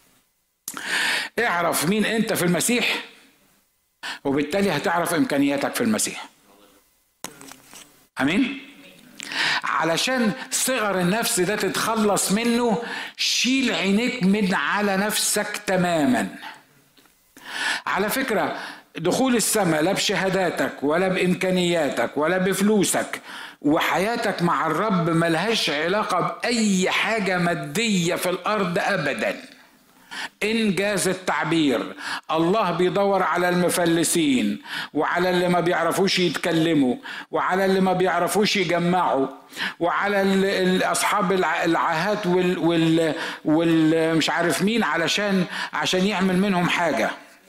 اعرف مين انت في المسيح، وبالتالي هتعرف امكانياتك في المسيح. امين؟ علشان صغر النفس ده تتخلص منه، شيل عينيك من على نفسك تماما. على فكرة، دخول السماء لا بشهاداتك ولا بإمكانياتك ولا بفلوسك، وحياتك مع الرب ملهاش علاقة بأي حاجة مادية في الأرض أبدا. إنجاز التعبير، الله بيدور على المفلسين وعلى اللي ما بيعرفوش يتكلموا وعلى اللي ما بيعرفوش يجمعوا وعلى أصحاب العاهات والمش عارف مين عشان يعمل منهم حاجة.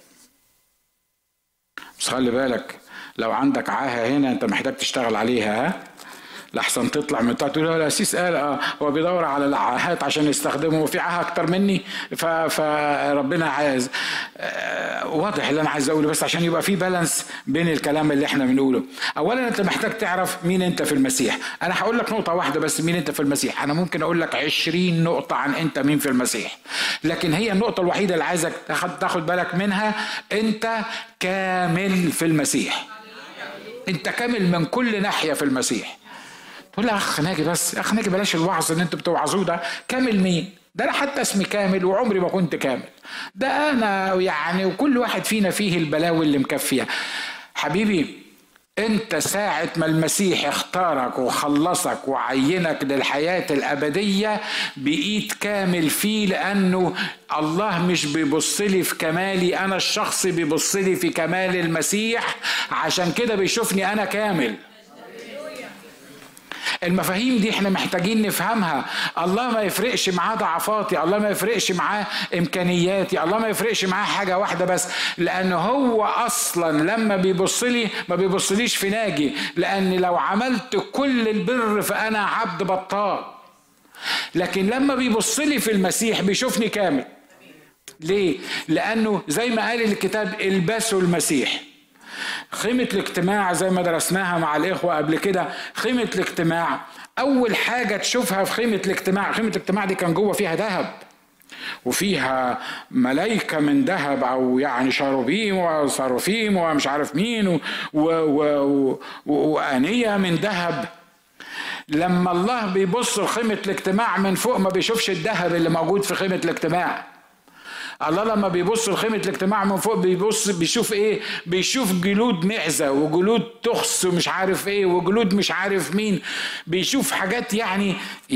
بس خلي بالك، لو عندك عاهة هنا انت محتاج تشتغل عليها، لحسن تطلع من بتاعته تقول لا سيس قال هو بيدور على العاهات عشان يستخدمه وفي عاهة اكتر مني، فربنا عايز. واضح اللي انا عايز اقوله، بس عشان يبقى في بالانس بين الكلام اللي احنا بنقوله. اولا انت محتاج تعرف مين انت في المسيح. انا هقول لك نقطة واحدة بس مين انت في المسيح. انا ممكن اقول لك 20 نقطة عن انت مين في المسيح، لكن هي النقطة الوحيدة اللي عايزك تاخد بالك منها: انت كامل في المسيح. انت كامل من كل ناحية في المسيح. تقول لي اخ ناجي، بس اخ ناجي بلاش الوعظ اللي انتوا بتوعظوه ده. كامل مين؟ ده انا حتى اسمي كامل وعمري ما كنت كامل. ده انا يعني، وكل واحد فينا فيه البلاوي اللي مكفيها. حبيبي، انت ساعة ما المسيح اختارك وخلصك وعينك للحياة الابدية بقيت كامل فيه، لانه الله مش بيبصلي في كمالي انا الشخصي، بيبصلي في كمال المسيح. عشان كده بيشوفني انا كامل. المفاهيم دي احنا محتاجين نفهمها. الله ما يفرقش معاه ضعفاتي، الله ما يفرقش معاه امكانياتي، الله ما يفرقش معاه حاجة واحدة بس، لان هو اصلا لما بيبصلي ما بيبصليش في ناجي، لان لو عملت كل البر فانا عبد بطال. لكن لما بيبصلي في المسيح بيشوفني كامل. ليه؟ لانه زي ما قال الكتاب: البسوا المسيح. خيمة الاجتماع زي ما درسناها مع الإخوة قبل كده، خيمة الاجتماع أول حاجة تشوفها في خيمة الاجتماع دي كان جوه فيها ذهب، وفيها ملايكة من ذهب، أو يعني شاروبيم وصاروفيم ومش عارف مين وآنية من ذهب. لما الله بيبص لخيمة الاجتماع من فوق ما بيشوفش الذهب اللي موجود في خيمة الاجتماع. الله لما بيبص لخيمة الاجتماع من فوق بيشوف ايه؟ بيشوف جلود معزة وجلود تخس ومش عارف ايه وجلود مش عارف مين. بيشوف حاجات يعني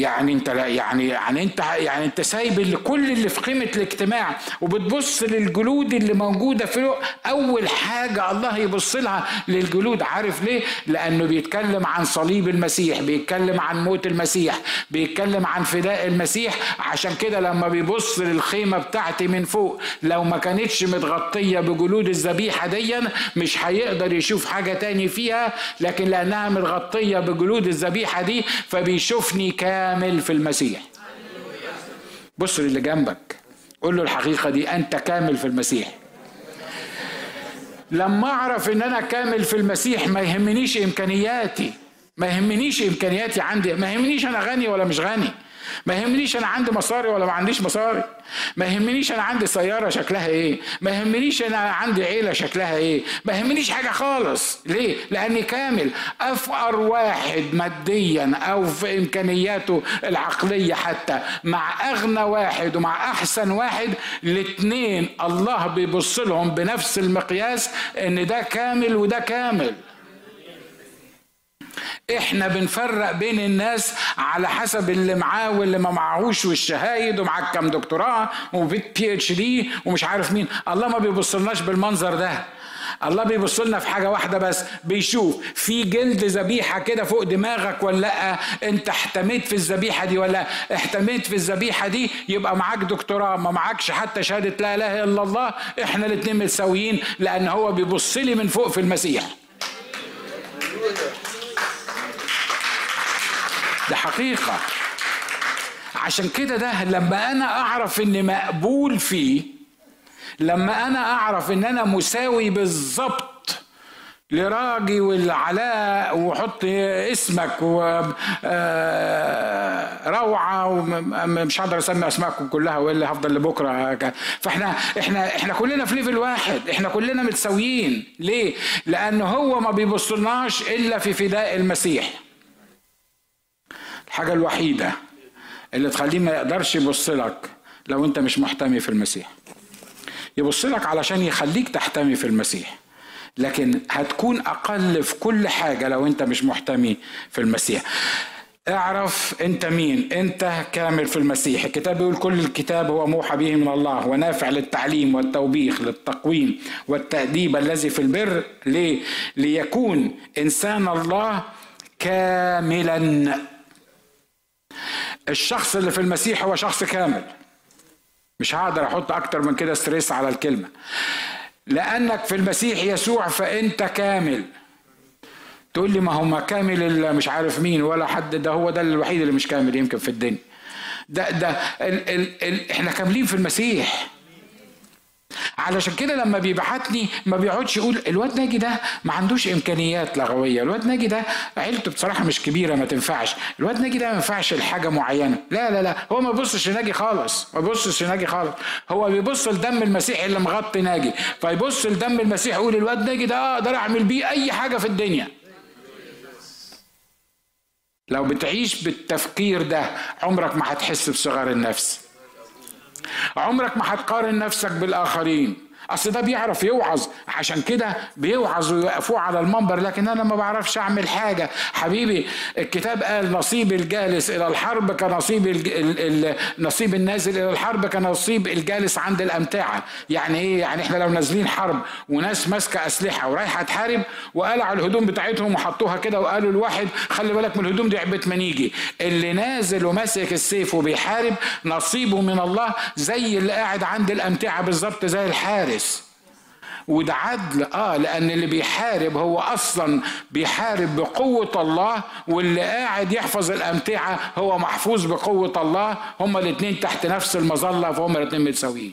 انت سايب كل اللي في قيمة الاجتماع وبتبص للجلود اللي موجودة فوق. اول حاجة الله يبص لها للجلود. عارف ليه؟ لانه بيتكلم عن صليب المسيح، بيتكلم عن موت المسيح، بيتكلم عن فداء المسيح. عشان كده لما بيبص للخيمة بتاعتي من فوق، لو ما كانتش متغطية بجلود الذبيحة دي مش هيقدر يشوف حاجة تاني فيها، لكن لأنها متغطية بجلود الذبيحة دي فبيشوفني كامل في المسيح. بص للي جنبك قول له الحقيقة دي: أنت كامل في المسيح. لما أعرف إن أنا كامل في المسيح ما يهمنيش إمكانياتي، عندي، ما يهمنيش أنا غني ولا مش غني، ما يهمنيش انا عندي مصاري ولا ما عنديش مصاري، ما يهمنيش انا عندي سيارة شكلها ايه، ما يهمنيش انا عندي عيلة شكلها ايه، ما يهمنيش حاجة خالص. ليه؟ لاني كامل. افقر واحد ماديا او في امكانياته العقلية حتى مع اغنى واحد ومع احسن واحد، الاتنين الله بيبص لهم بنفس المقياس ان ده كامل وده كامل. احنا بنفرق بين الناس على حسب اللي معاه واللي ما معهوش، والشهايد ومعاه كام دكتوراه وPhD ومش عارف مين. الله ما بيبصلناش بالمنظر ده. الله بيبص لنا في حاجة واحدة بس، بيشوف في جلد ذبيحة كده فوق دماغك ولا لا، انت احتميت في الذبيحة دي ولا احتميت في الذبيحة دي، يبقى معاك دكتوراه ما معاكش حتى شهادة لا اله الا الله، احنا الاتنين متساويين، لان هو بيبص لي من فوق في المسيح. ده حقيقة. عشان كده ده لما انا اعرف اني مقبول فيه، لما انا اعرف ان انا مساوي بالظبط لراجي والعلاء، وحط اسمك وروعة، ومش هقدر اسمي اسماءكم كلها والا هفضل لبكره. فاحنا كلنا في ليفل واحد، احنا كلنا متساويين. ليه؟ لان هو ما بيبصلناش الا في فداء المسيح. الحاجة الوحيدة اللي تخليه ما يقدرش يبصلك لو انت مش محتمي في المسيح. يبصلك علشان يخليك تحتمي في المسيح، لكن هتكون اقل في كل حاجة لو انت مش محتمي في المسيح. اعرف انت مين. انت كامل في المسيح. الكتاب بيقول كل الكتاب هو موحى به من الله ونافع للتعليم والتوبيخ للتقويم والتأديب الذي في البر. ليه؟ ليكون انسان الله كاملا. الشخص اللي في المسيح هو شخص كامل. مش هقدر احط اكتر من كده ستريس على الكلمة. لانك في المسيح يسوع فانت كامل. تقول لي ما هو كامل مش عارف مين ولا حد، ده هو ده الوحيد اللي مش كامل يمكن في الدنيا. احنا كاملين في المسيح. علشان كده لما بيبعتني ما بيقعدش يقول الواد ناجي ده ما عندوش امكانيات لغويه، الواد ناجي ده عيلته بصراحه مش كبيره ما تنفعش، الواد ناجي ده ما ينفعش لحاجه معينه. لا لا لا، هو ما بيبصش لناجي خالص، ما بيبصش لناجي خالص. هو بيبص لدم المسيح اللي مغطي ناجي، فيبص لدم المسيح يقول الواد ناجي ده اقدر اعمل بيه اي حاجه في الدنيا. لو بتعيش بالتفكير ده عمرك ما هتحس بصغر النفس، عمرك ما هتقارن نفسك بالآخرين. أصل ده بيعرف يوعظ، عشان كده بيوعظ ويوقفوه على المنبر، لكن أنا ما بعرفش أعمل حاجة. حبيبي الكتاب قال نصيب الجالس إلى الحرب كنصيب نصيب النازل إلى الحرب كنصيب الجالس عند الأمتعة. يعني إيه؟ يعني إحنا لو نازلين حرب وناس ماسكة أسلحة ورايحة تحارب وقلعوا الهدوم بتاعتهم وحطوها كده وقالوا الواحد خلي بالك من الهدوم دي عبت ما نيجي، اللي نازل وماسك السيف وبيحارب نصيبه من الله زي اللي قاعد عند الأمتعة بالظبط، زي الحارس. وده عدل لأن اللي بيحارب هو أصلا بيحارب بقوة الله، واللي قاعد يحفظ الأمتعة هو محفوظ بقوة الله. هما الاثنين تحت نفس المظلة، فهم الاثنين متساويين.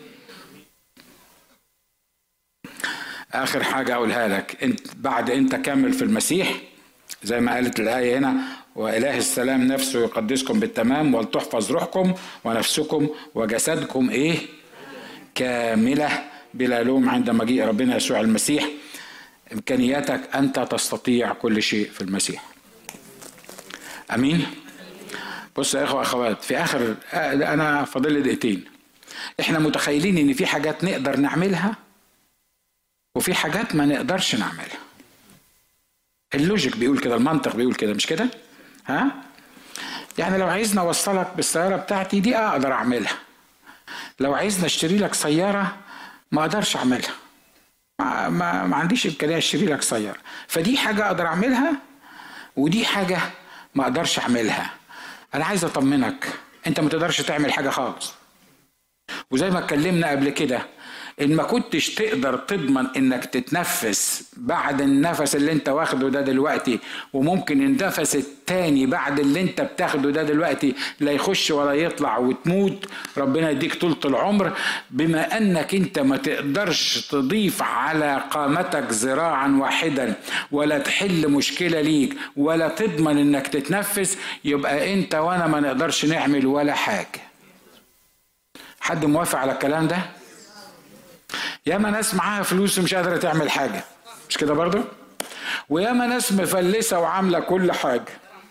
آخر حاجة أقولها لك، انت بعد انت كامل في المسيح زي ما قالت الآية هنا، وإله السلام نفسه يقدسكم بالتمام ولتحفظ روحكم ونفسكم وجسدكم كاملة بلا لوم عند مجيء ربنا يسوع المسيح. إمكانياتك أنت تستطيع كل شيء في المسيح. أمين. بص يا إخوة أخوات، في آخر أنا فاضل لي دقيقتين. إحنا متخيلين إن في حاجات نقدر نعملها وفي حاجات ما نقدرش نعملها. اللوجيك بيقول كده، المنطق بيقول كده، مش كده؟ يعني لو عايزنا أوصلك بالسيارة بتاعتي دي أقدر أعملها، لو عايزنا اشتري لك سيارة ما اقدرش اعملها، ما عنديش امكانيه اشتري لك سياره. فدي حاجه اقدر اعملها ودي حاجه ما اقدرش اعملها. انا عايز اطمنك، انت ما تقدرش تعمل حاجه خالص. وزي ما اتكلمنا قبل كده، ان ما كنتش تقدر تضمن انك تتنفس بعد النفس اللي انت واخده ده دلوقتي، وممكن النفس التاني بعد اللي انت بتاخده ده دلوقتي لا يخش ولا يطلع وتموت، ربنا يديك طولة العمر. بما انك انت ما تقدرش تضيف على قامتك ذراعا واحدا ولا تحل مشكلة ليك ولا تضمن انك تتنفس، يبقى انت وانا ما نقدرش نعمل ولا حاجة. حد موافق على الكلام ده؟ ياما ناس معاها فلوس ومش قادرة تعمل حاجة، مش كده برضو؟ وياما ناس مفلسة وعاملة كل حاجة.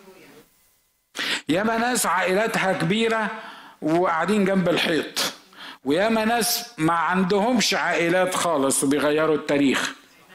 ياما ناس عائلاتها كبيرة وقاعدين جنب الحيط، وياما ناس ما عندهمش عائلات خالص وبيغيروا التاريخ.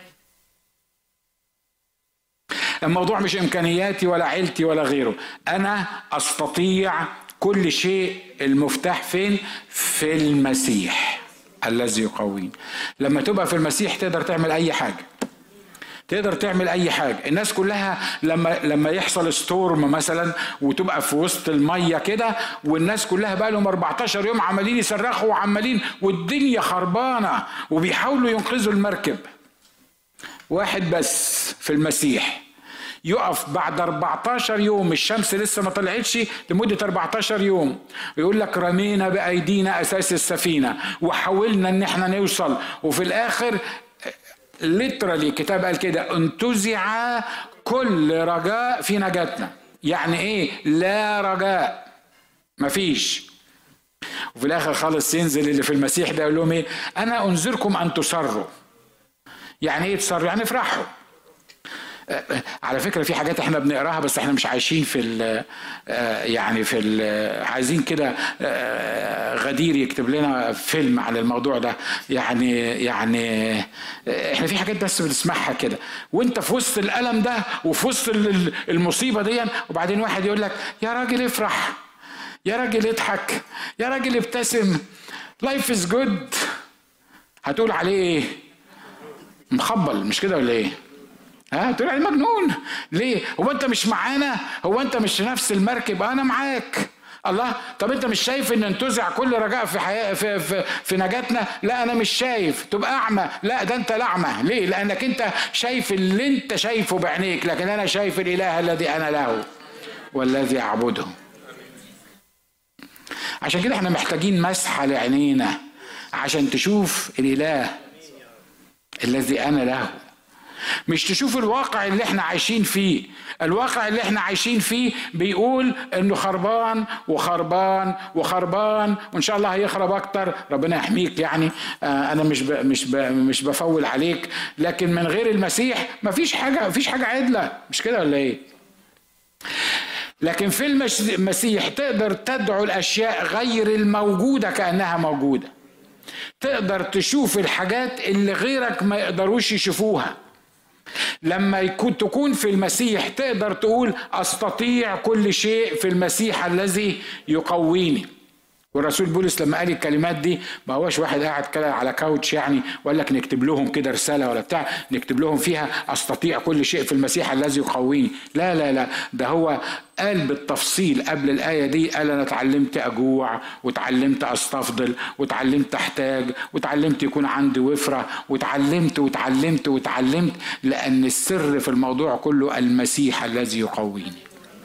الموضوع مش إمكانياتي ولا عيلتي ولا غيره، أنا أستطيع كل شيء. المفتاح فين؟ في المسيح الذي يقويني. لما تبقى في المسيح تقدر تعمل أي حاجة، تقدر تعمل أي حاجة. الناس كلها لما يحصل ستورم مثلا وتبقى في وسط المية كده، والناس كلها بقى لهم 14 يوم عمالين يصرخوا وعمالين والدنيا خربانة وبيحاولوا ينقذوا المركب، واحد بس في المسيح يقف بعد 14 يوم، الشمس لسه ما طلعتش لمدة 14 يوم، ويقول لك رمينا بأيدينا أساس السفينة وحاولنا ان احنا نوصل، وفي الآخر ليترالي كتاب قال كده انتزع كل رجاء في نجاتنا. يعني ايه؟ لا رجاء، مفيش. وفي الآخر خالص ينزل اللي في المسيح ده يقول لهم ايه؟ أنا أنذركم أن تسروا. يعني ايه تسروا؟ يعني افرحوا. على فكرة في حاجات احنا بنقراها بس احنا مش عايشين في يعني عايزين كده غدير يكتب لنا فيلم عن الموضوع ده. يعني احنا في حاجات بس بنسمعها كده وانت في وسط الألم ده وفي وسط المصيبة دي، وبعدين واحد يقول لك يا راجل افرح، يا راجل اضحك، يا راجل ابتسم، life is good. هتقول عليه ايه؟ مخبل، مش كده ولا ايه؟ تقول عليه مجنون. ليه؟ هو انت مش معانا؟ هو انت مش نفس المركب؟ انا معاك. الله، طب انت مش شايف ان انتزع كل رجاء في حياة في نجاتنا؟ لا انا مش شايف. تبقى اعمى؟ لا ده انت الاعمى. ليه؟ لانك انت شايف اللي انت شايفه بعينيك، لكن انا شايف الاله الذي انا له والذي اعبده. عشان كده احنا محتاجين مسحة لعينينا عشان تشوف الاله الذي انا له، مش تشوف الواقع اللي احنا عايشين فيه. الواقع اللي احنا عايشين فيه بيقول انه خربان وخربان وخربان، وان شاء الله هيخرب اكتر، ربنا يحميك. يعني انا مش بفول عليك، لكن من غير المسيح مفيش حاجه عدله، مش كده ولا ايه؟ لكن في المسيح تقدر تدعو الاشياء غير الموجوده كانها موجوده، تقدر تشوف الحاجات اللي غيرك ما يقدروش يشوفوها. لما تكون في المسيح تقدر تقول أستطيع كل شيء في المسيح الذي يقويني. والرسول بولس لما قال الكلمات دي ما هوش واحد قاعد كده على كاوتش يعني وقال لك نكتب لهم كده رسالة ولا بتاع نكتب لهم فيها أستطيع كل شيء في المسيح الذي يقويني. لا لا لا، ده هو قال بالتفصيل قبل الآية دي، قال أنا اتعلمت أجوع وتعلمت أستفضل وتعلمت أحتاج وتعلمت يكون عندي وفرة وتعلمت وتعلمت وتعلمت، لأن السر في الموضوع كله المسيح الذي يقويني.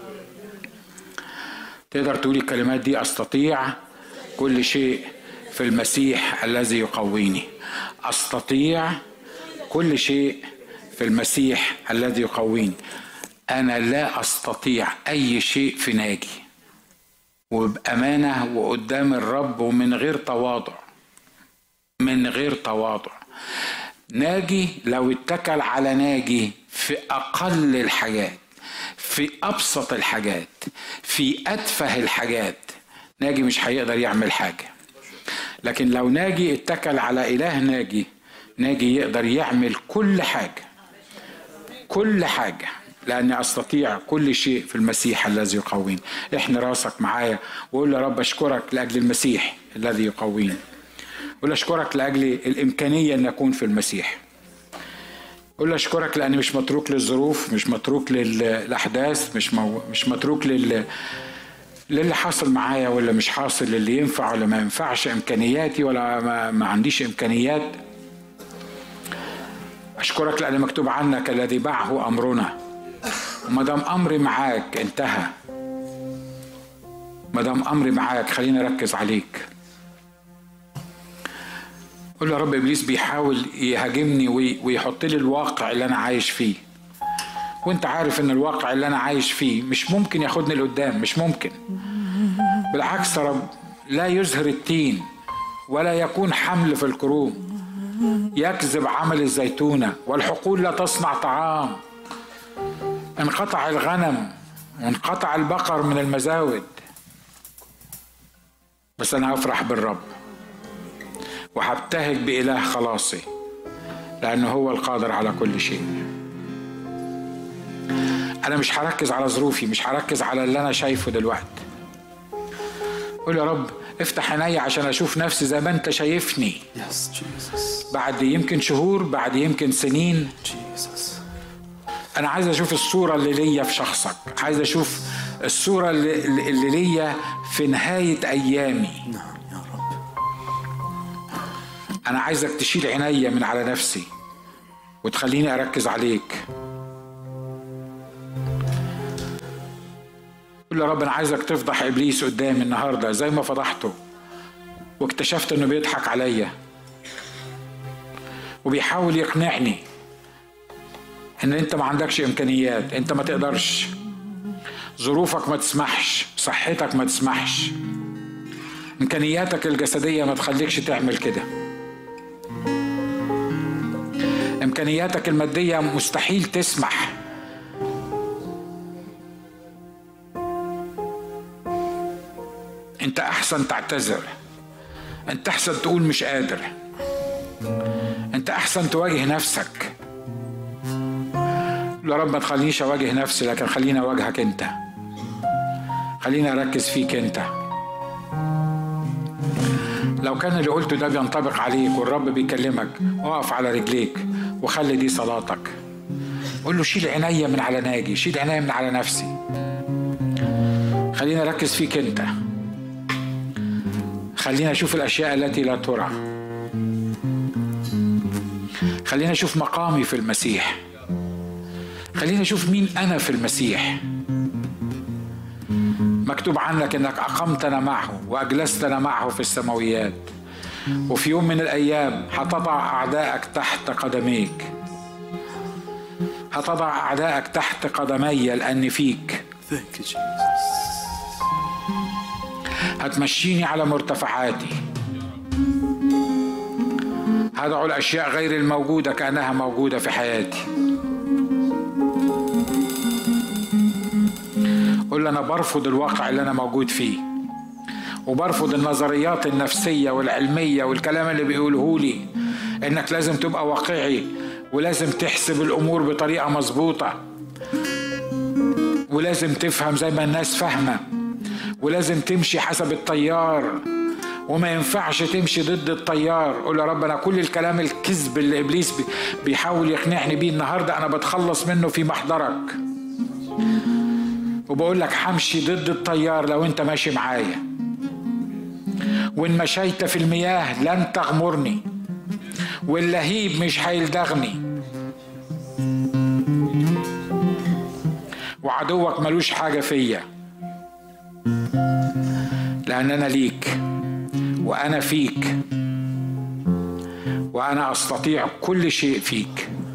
تقدر تقول الكلمات دي أستطيع كل شيء في المسيح الذي يقويني. أستطيع كل شيء في المسيح الذي يقويني. أنا لا أستطيع أي شيء في ناجي، وبأمانة وقدام الرب ومن غير تواضع، من غير تواضع. ناجي لو اتكل على ناجي في أقل الحاجات، في أبسط الحاجات، في أتفه الحاجات، ناجي مش هيقدر يعمل حاجة. لكن لو ناجي اتكل على إله ناجي، ناجي يقدر يعمل كل حاجة، كل حاجة، لأني أستطيع كل شيء في المسيح الذي يقويني. احنا راسك معايا وقول يا رب أشكرك لأجل المسيح الذي يقويني، قول أشكرك لأجل الإمكانية أن أكون في المسيح، قول أشكرك لأني مش متروك للظروف، مش متروك للأحداث، مش متروك للي حاصل معايا ولا مش حاصل، اللي ينفع ولا ما ينفعش، إمكانياتي ولا ما عنديش إمكانيات. أشكرك لأن مكتوب عنك الذي باعه أمرنا، وما دام أمري معاك انتهى. ما دام أمري معاك خليني أركز عليك. قول يا رب إبليس بيحاول يهاجمني ويحط لي الواقع اللي أنا عايش فيه، وانت عارف ان الواقع اللي انا عايش فيه مش ممكن ياخدني لقدام، مش ممكن. بالعكس يا رب لا يزهر التين ولا يكون حمل في الكروم. يكذب عمل الزيتونة والحقول لا تصنع طعام. انقطع الغنم وانقطع البقر من المزاود، بس أنا أفرح بالرب وهبتهج بإله خلاصي، لأنه هو القادر على كل شيء. أنا مش هركز على ظروفي، مش هركز على اللي أنا شايفه دلوقتي. قول يا رب افتح عيني عشان أشوف نفسي زي ما أنت شايفني، بعد يمكن شهور، بعد يمكن سنين. أنا عايز أشوف الصورة اللي ليا في شخصك، عايز أشوف الصورة اللي ليا في نهاية أيامي. نعم يا رب. أنا عايزك تشيل عيني من على نفسي وتخليني أركز عليك. قول يا رب أنا عايزك تفضح إبليس قدامي النهاردة زي ما فضحته واكتشفت إنه بيضحك عليا وبيحاول يقنعني إن أنت ما عندكش إمكانيات، أنت ما تقدرش، ظروفك ما تسمحش، صحتك ما تسمحش، إمكانياتك الجسدية ما تخليكش تعمل كده، إمكانياتك المادية مستحيل تسمح. أنت أحسن تعتذر، أنت أحسن تقول مش قادر، أنت أحسن تواجه نفسك. يا رب ما تخلينيش أواجه نفسي، لكن خليني أواجهك أنت، خليني أركز فيك أنت. لو كان اللي قلته ده بينطبق عليك والرب بيكلمك، اقف على رجليك وخلي دي صلاتك. قول له شيل عيني من على ناجي، شيل عيني من على نفسي، خليني أركز فيك أنت، خليني أشوف الأشياء التي لا ترى، خليني أشوف مقامي في المسيح، خليني أشوف مين أنا في المسيح. مكتوب عنك إنك أقمتنا معه وأجلستنا معه في السماويات، وفي يوم من الأيام هتضع أعدائك تحت قدميك، هتضع أعدائك تحت قدمي لأني فيك. هتمشيني على مرتفعاتي، هدعو الأشياء غير الموجودة كأنها موجودة في حياتي. قل أنا برفض الواقع اللي أنا موجود فيه، وبرفض النظريات النفسية والعلمية والكلام اللي بيقوله لي إنك لازم تبقى واقعي ولازم تحسب الأمور بطريقة مظبوطة ولازم تفهم زي ما الناس فاهمة ولازم تمشي حسب التيار وما ينفعش تمشي ضد التيار. قول يا رب أنا كل الكلام الكذب اللي إبليس بيحاول يقنعني بيه النهاردة أنا بتخلص منه في محضرك، وبقول لك همشي ضد التيار لو أنت ماشي معايا. وإن مشيت في المياه لن تغمرني، واللهيب مش هيلدغني، وعدوك ملوش حاجة فيا، لأن أنا ليك وأنا فيك وأنا أستطيع كل شيء فيك.